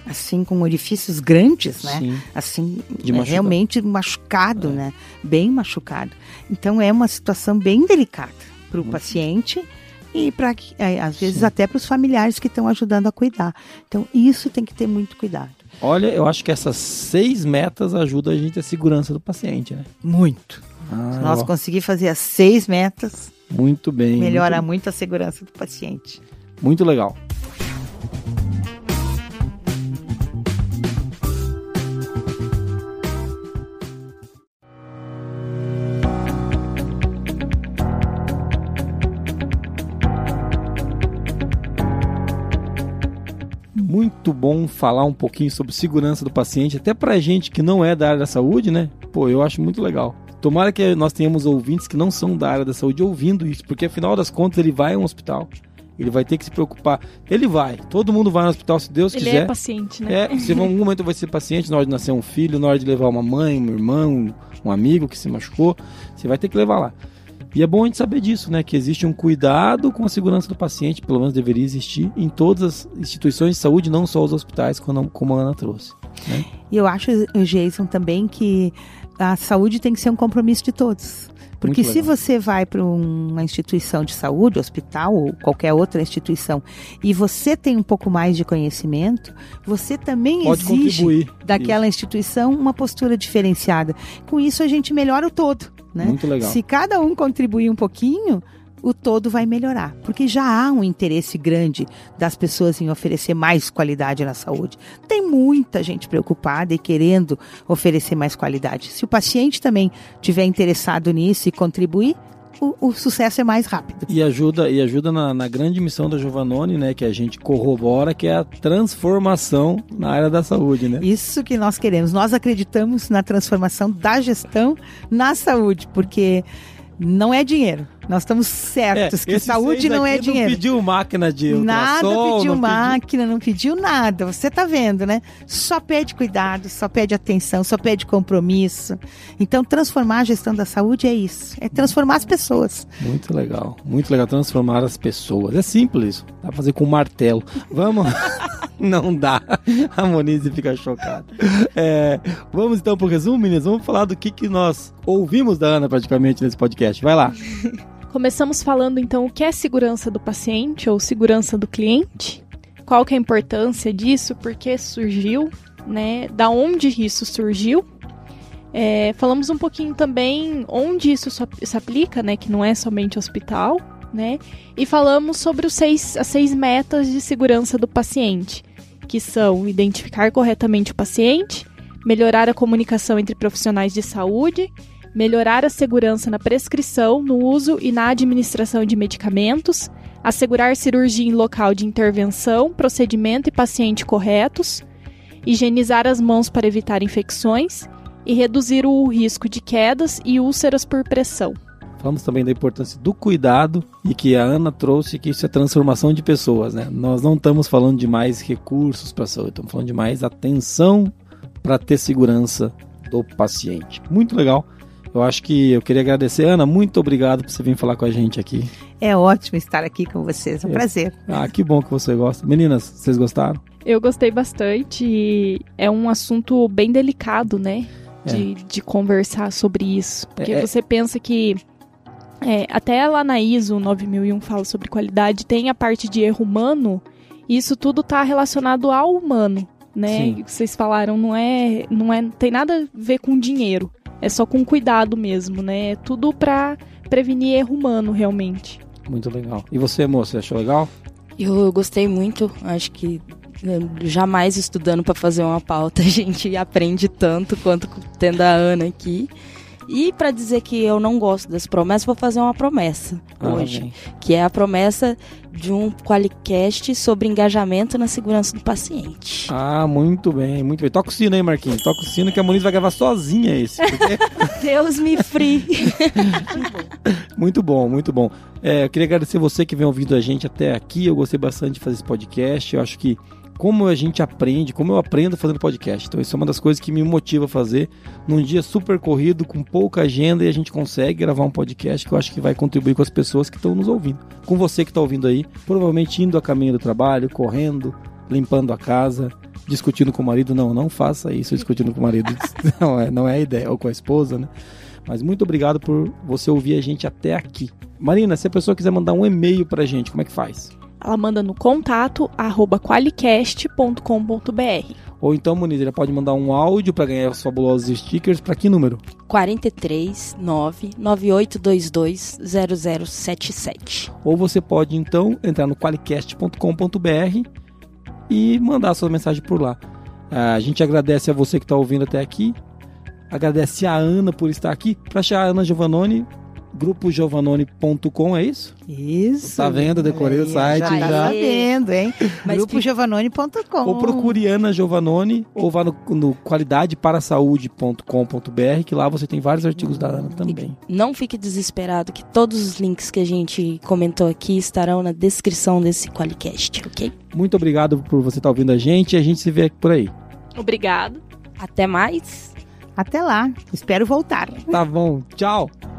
E: orifícios grandes, né?
A: Sim.
E: Assim, realmente machucado, né? Bem machucado. Então é uma situação bem delicada para o paciente e para às vezes até para os familiares que estão ajudando a cuidar. Então isso tem que ter muito cuidado.
A: Olha, eu acho que essas 6 metas ajudam a gente a segurança do paciente, né?
E: Muito. Se nós conseguirmos fazer as 6 metas,
A: muito bem.
E: Melhora muito a segurança do paciente.
A: Muito legal. Muito bom falar um pouquinho sobre segurança do paciente, até pra gente que não é da área da saúde, né? Pô, eu acho muito legal. Tomara que nós tenhamos ouvintes que não são da área da saúde ouvindo isso, porque afinal das contas ele vai a um hospital, ele vai ter que se preocupar. Ele vai, todo mundo vai no hospital se Deus quiser.
C: Ele é paciente, né?
A: Se em algum momento vai ser paciente, na hora de nascer um filho, na hora de levar uma mãe, um irmão, um amigo que se machucou, você vai ter que levar lá. E é bom a gente saber disso, né? Que existe um cuidado com a segurança do paciente, pelo menos deveria existir em todas as instituições de saúde, não só os hospitais, como a Ana trouxe. Né?
E: E eu acho, Jason, também que a saúde tem que ser um compromisso de todos. Porque se você vai para uma instituição de saúde, hospital ou qualquer outra instituição, e você tem um pouco mais de conhecimento, você também exige daquela instituição uma postura diferenciada. Com isso a gente melhora o todo. Né?
A: Muito legal.
E: Se cada um contribuir um pouquinho, o todo vai melhorar. Porque já há um interesse grande das pessoas em oferecer mais qualidade na saúde. Tem muita gente preocupada e querendo oferecer mais qualidade. Se o paciente também estiver interessado nisso e contribuir, o sucesso é mais rápido.
A: E ajuda na grande missão da Giovannone, né, que a gente corrobora, que é a transformação na área da saúde, né?
E: Isso que nós queremos. Nós acreditamos na transformação da gestão na saúde, porque não é dinheiro. Nós estamos certos que saúde não é dinheiro.
A: Não pediu máquina de ultrassom.
E: Nada pediu máquina, não pediu nada. Você tá vendo, né? Só pede cuidado, só pede atenção, só pede compromisso. Então, transformar a gestão da saúde é isso. É transformar as pessoas.
A: Muito legal transformar as pessoas. É simples, dá pra fazer com um martelo. Vamos... Não dá. A Monize fica chocada. Vamos então pro resumo, meninas. Vamos falar do que nós ouvimos da Ana praticamente nesse podcast. Vai lá.
C: Começamos falando então o que é segurança do paciente ou segurança do cliente. Qual que é a importância disso, por que surgiu, né? Da onde isso surgiu. Falamos um pouquinho também onde isso se aplica, né? Que não é somente hospital, né? E falamos sobre as 6 metas de segurança do paciente, que são identificar corretamente o paciente, melhorar a comunicação entre profissionais de saúde, melhorar a segurança na prescrição, no uso e na administração de medicamentos, assegurar cirurgia em local de intervenção, procedimento e paciente corretos, higienizar as mãos para evitar infecções e reduzir o risco de quedas e úlceras por pressão.
A: Falamos também da importância do cuidado e que a Ana trouxe que isso é transformação de pessoas, né? Nós não estamos falando de mais recursos para a saúde, estamos falando de mais atenção para ter segurança do paciente. Muito legal. Eu acho que eu queria agradecer, Ana, muito obrigado por você vir falar com a gente aqui.
E: É ótimo estar aqui com vocês, é um prazer.
A: Que bom que você gosta. Meninas, vocês gostaram?
C: Eu gostei bastante. É um assunto bem delicado, né? De conversar sobre isso. Porque você pensa que até lá na ISO 9001 fala sobre qualidade, tem a parte de erro humano, e isso tudo está relacionado ao humano, né? Sim. Vocês falaram, não tem nada a ver com dinheiro, é só com cuidado mesmo, né? É tudo para prevenir erro humano, realmente.
A: Muito legal. E você, moça, achou legal?
D: Eu gostei muito, acho que jamais estudando para fazer uma pauta a gente aprende tanto quanto tendo a Ana aqui. E para dizer que eu não gosto das promessas, vou fazer uma promessa hoje, que é a promessa de um Qualicast sobre engajamento na segurança do paciente.
A: Muito bem, muito bem. Toca o sino aí, Marquinhos. Toca o sino que a Moniz vai gravar sozinha esse. Porque...
D: Deus me free.
A: Muito bom, muito bom. Eu queria agradecer você que vem ouvindo a gente até aqui. Eu gostei bastante de fazer esse podcast. Eu acho que como a gente aprende, como eu aprendo fazendo podcast. Então isso é uma das coisas que me motiva a fazer num dia super corrido, com pouca agenda, e a gente consegue gravar um podcast que eu acho que vai contribuir com as pessoas que estão nos ouvindo. Com você que está ouvindo aí, provavelmente indo a caminho do trabalho, correndo, limpando a casa, discutindo com o marido. Não faça isso discutindo com o marido. Não é a ideia, ou com a esposa, né? Mas muito obrigado por você ouvir a gente até aqui. Marina, se a pessoa quiser mandar um e-mail pra gente, como é que faz?
C: Ela manda no contato@qualicast.com.br.
A: Ou então, Moniz, ela pode mandar um áudio para ganhar os fabulosos stickers. Para que número?
D: 43 99822 0077.
A: Ou você pode, então, entrar no qualicast.com.br e mandar a sua mensagem por lá. A gente agradece a você que está ouvindo até aqui. Agradece a Ana por estar aqui. Para achar a Ana Giovannone, grupogiovannone.com, é isso?
E: Isso.
A: Tá vendo? Decorei o site.
E: Já tá sabendo, hein? Grupogiovannone.com.
A: Ou procure Ana Giovannone, ou vá no qualidadeparasaude.com.br, que lá você tem vários artigos da Ana também.
D: E não fique desesperado, que todos os links que a gente comentou aqui estarão na descrição desse Qualicast, ok?
A: Muito obrigado por você estar ouvindo a gente, e a gente se vê por aí.
C: Obrigado.
D: Até mais.
E: Até lá. Espero voltar.
A: Tá bom. Tchau.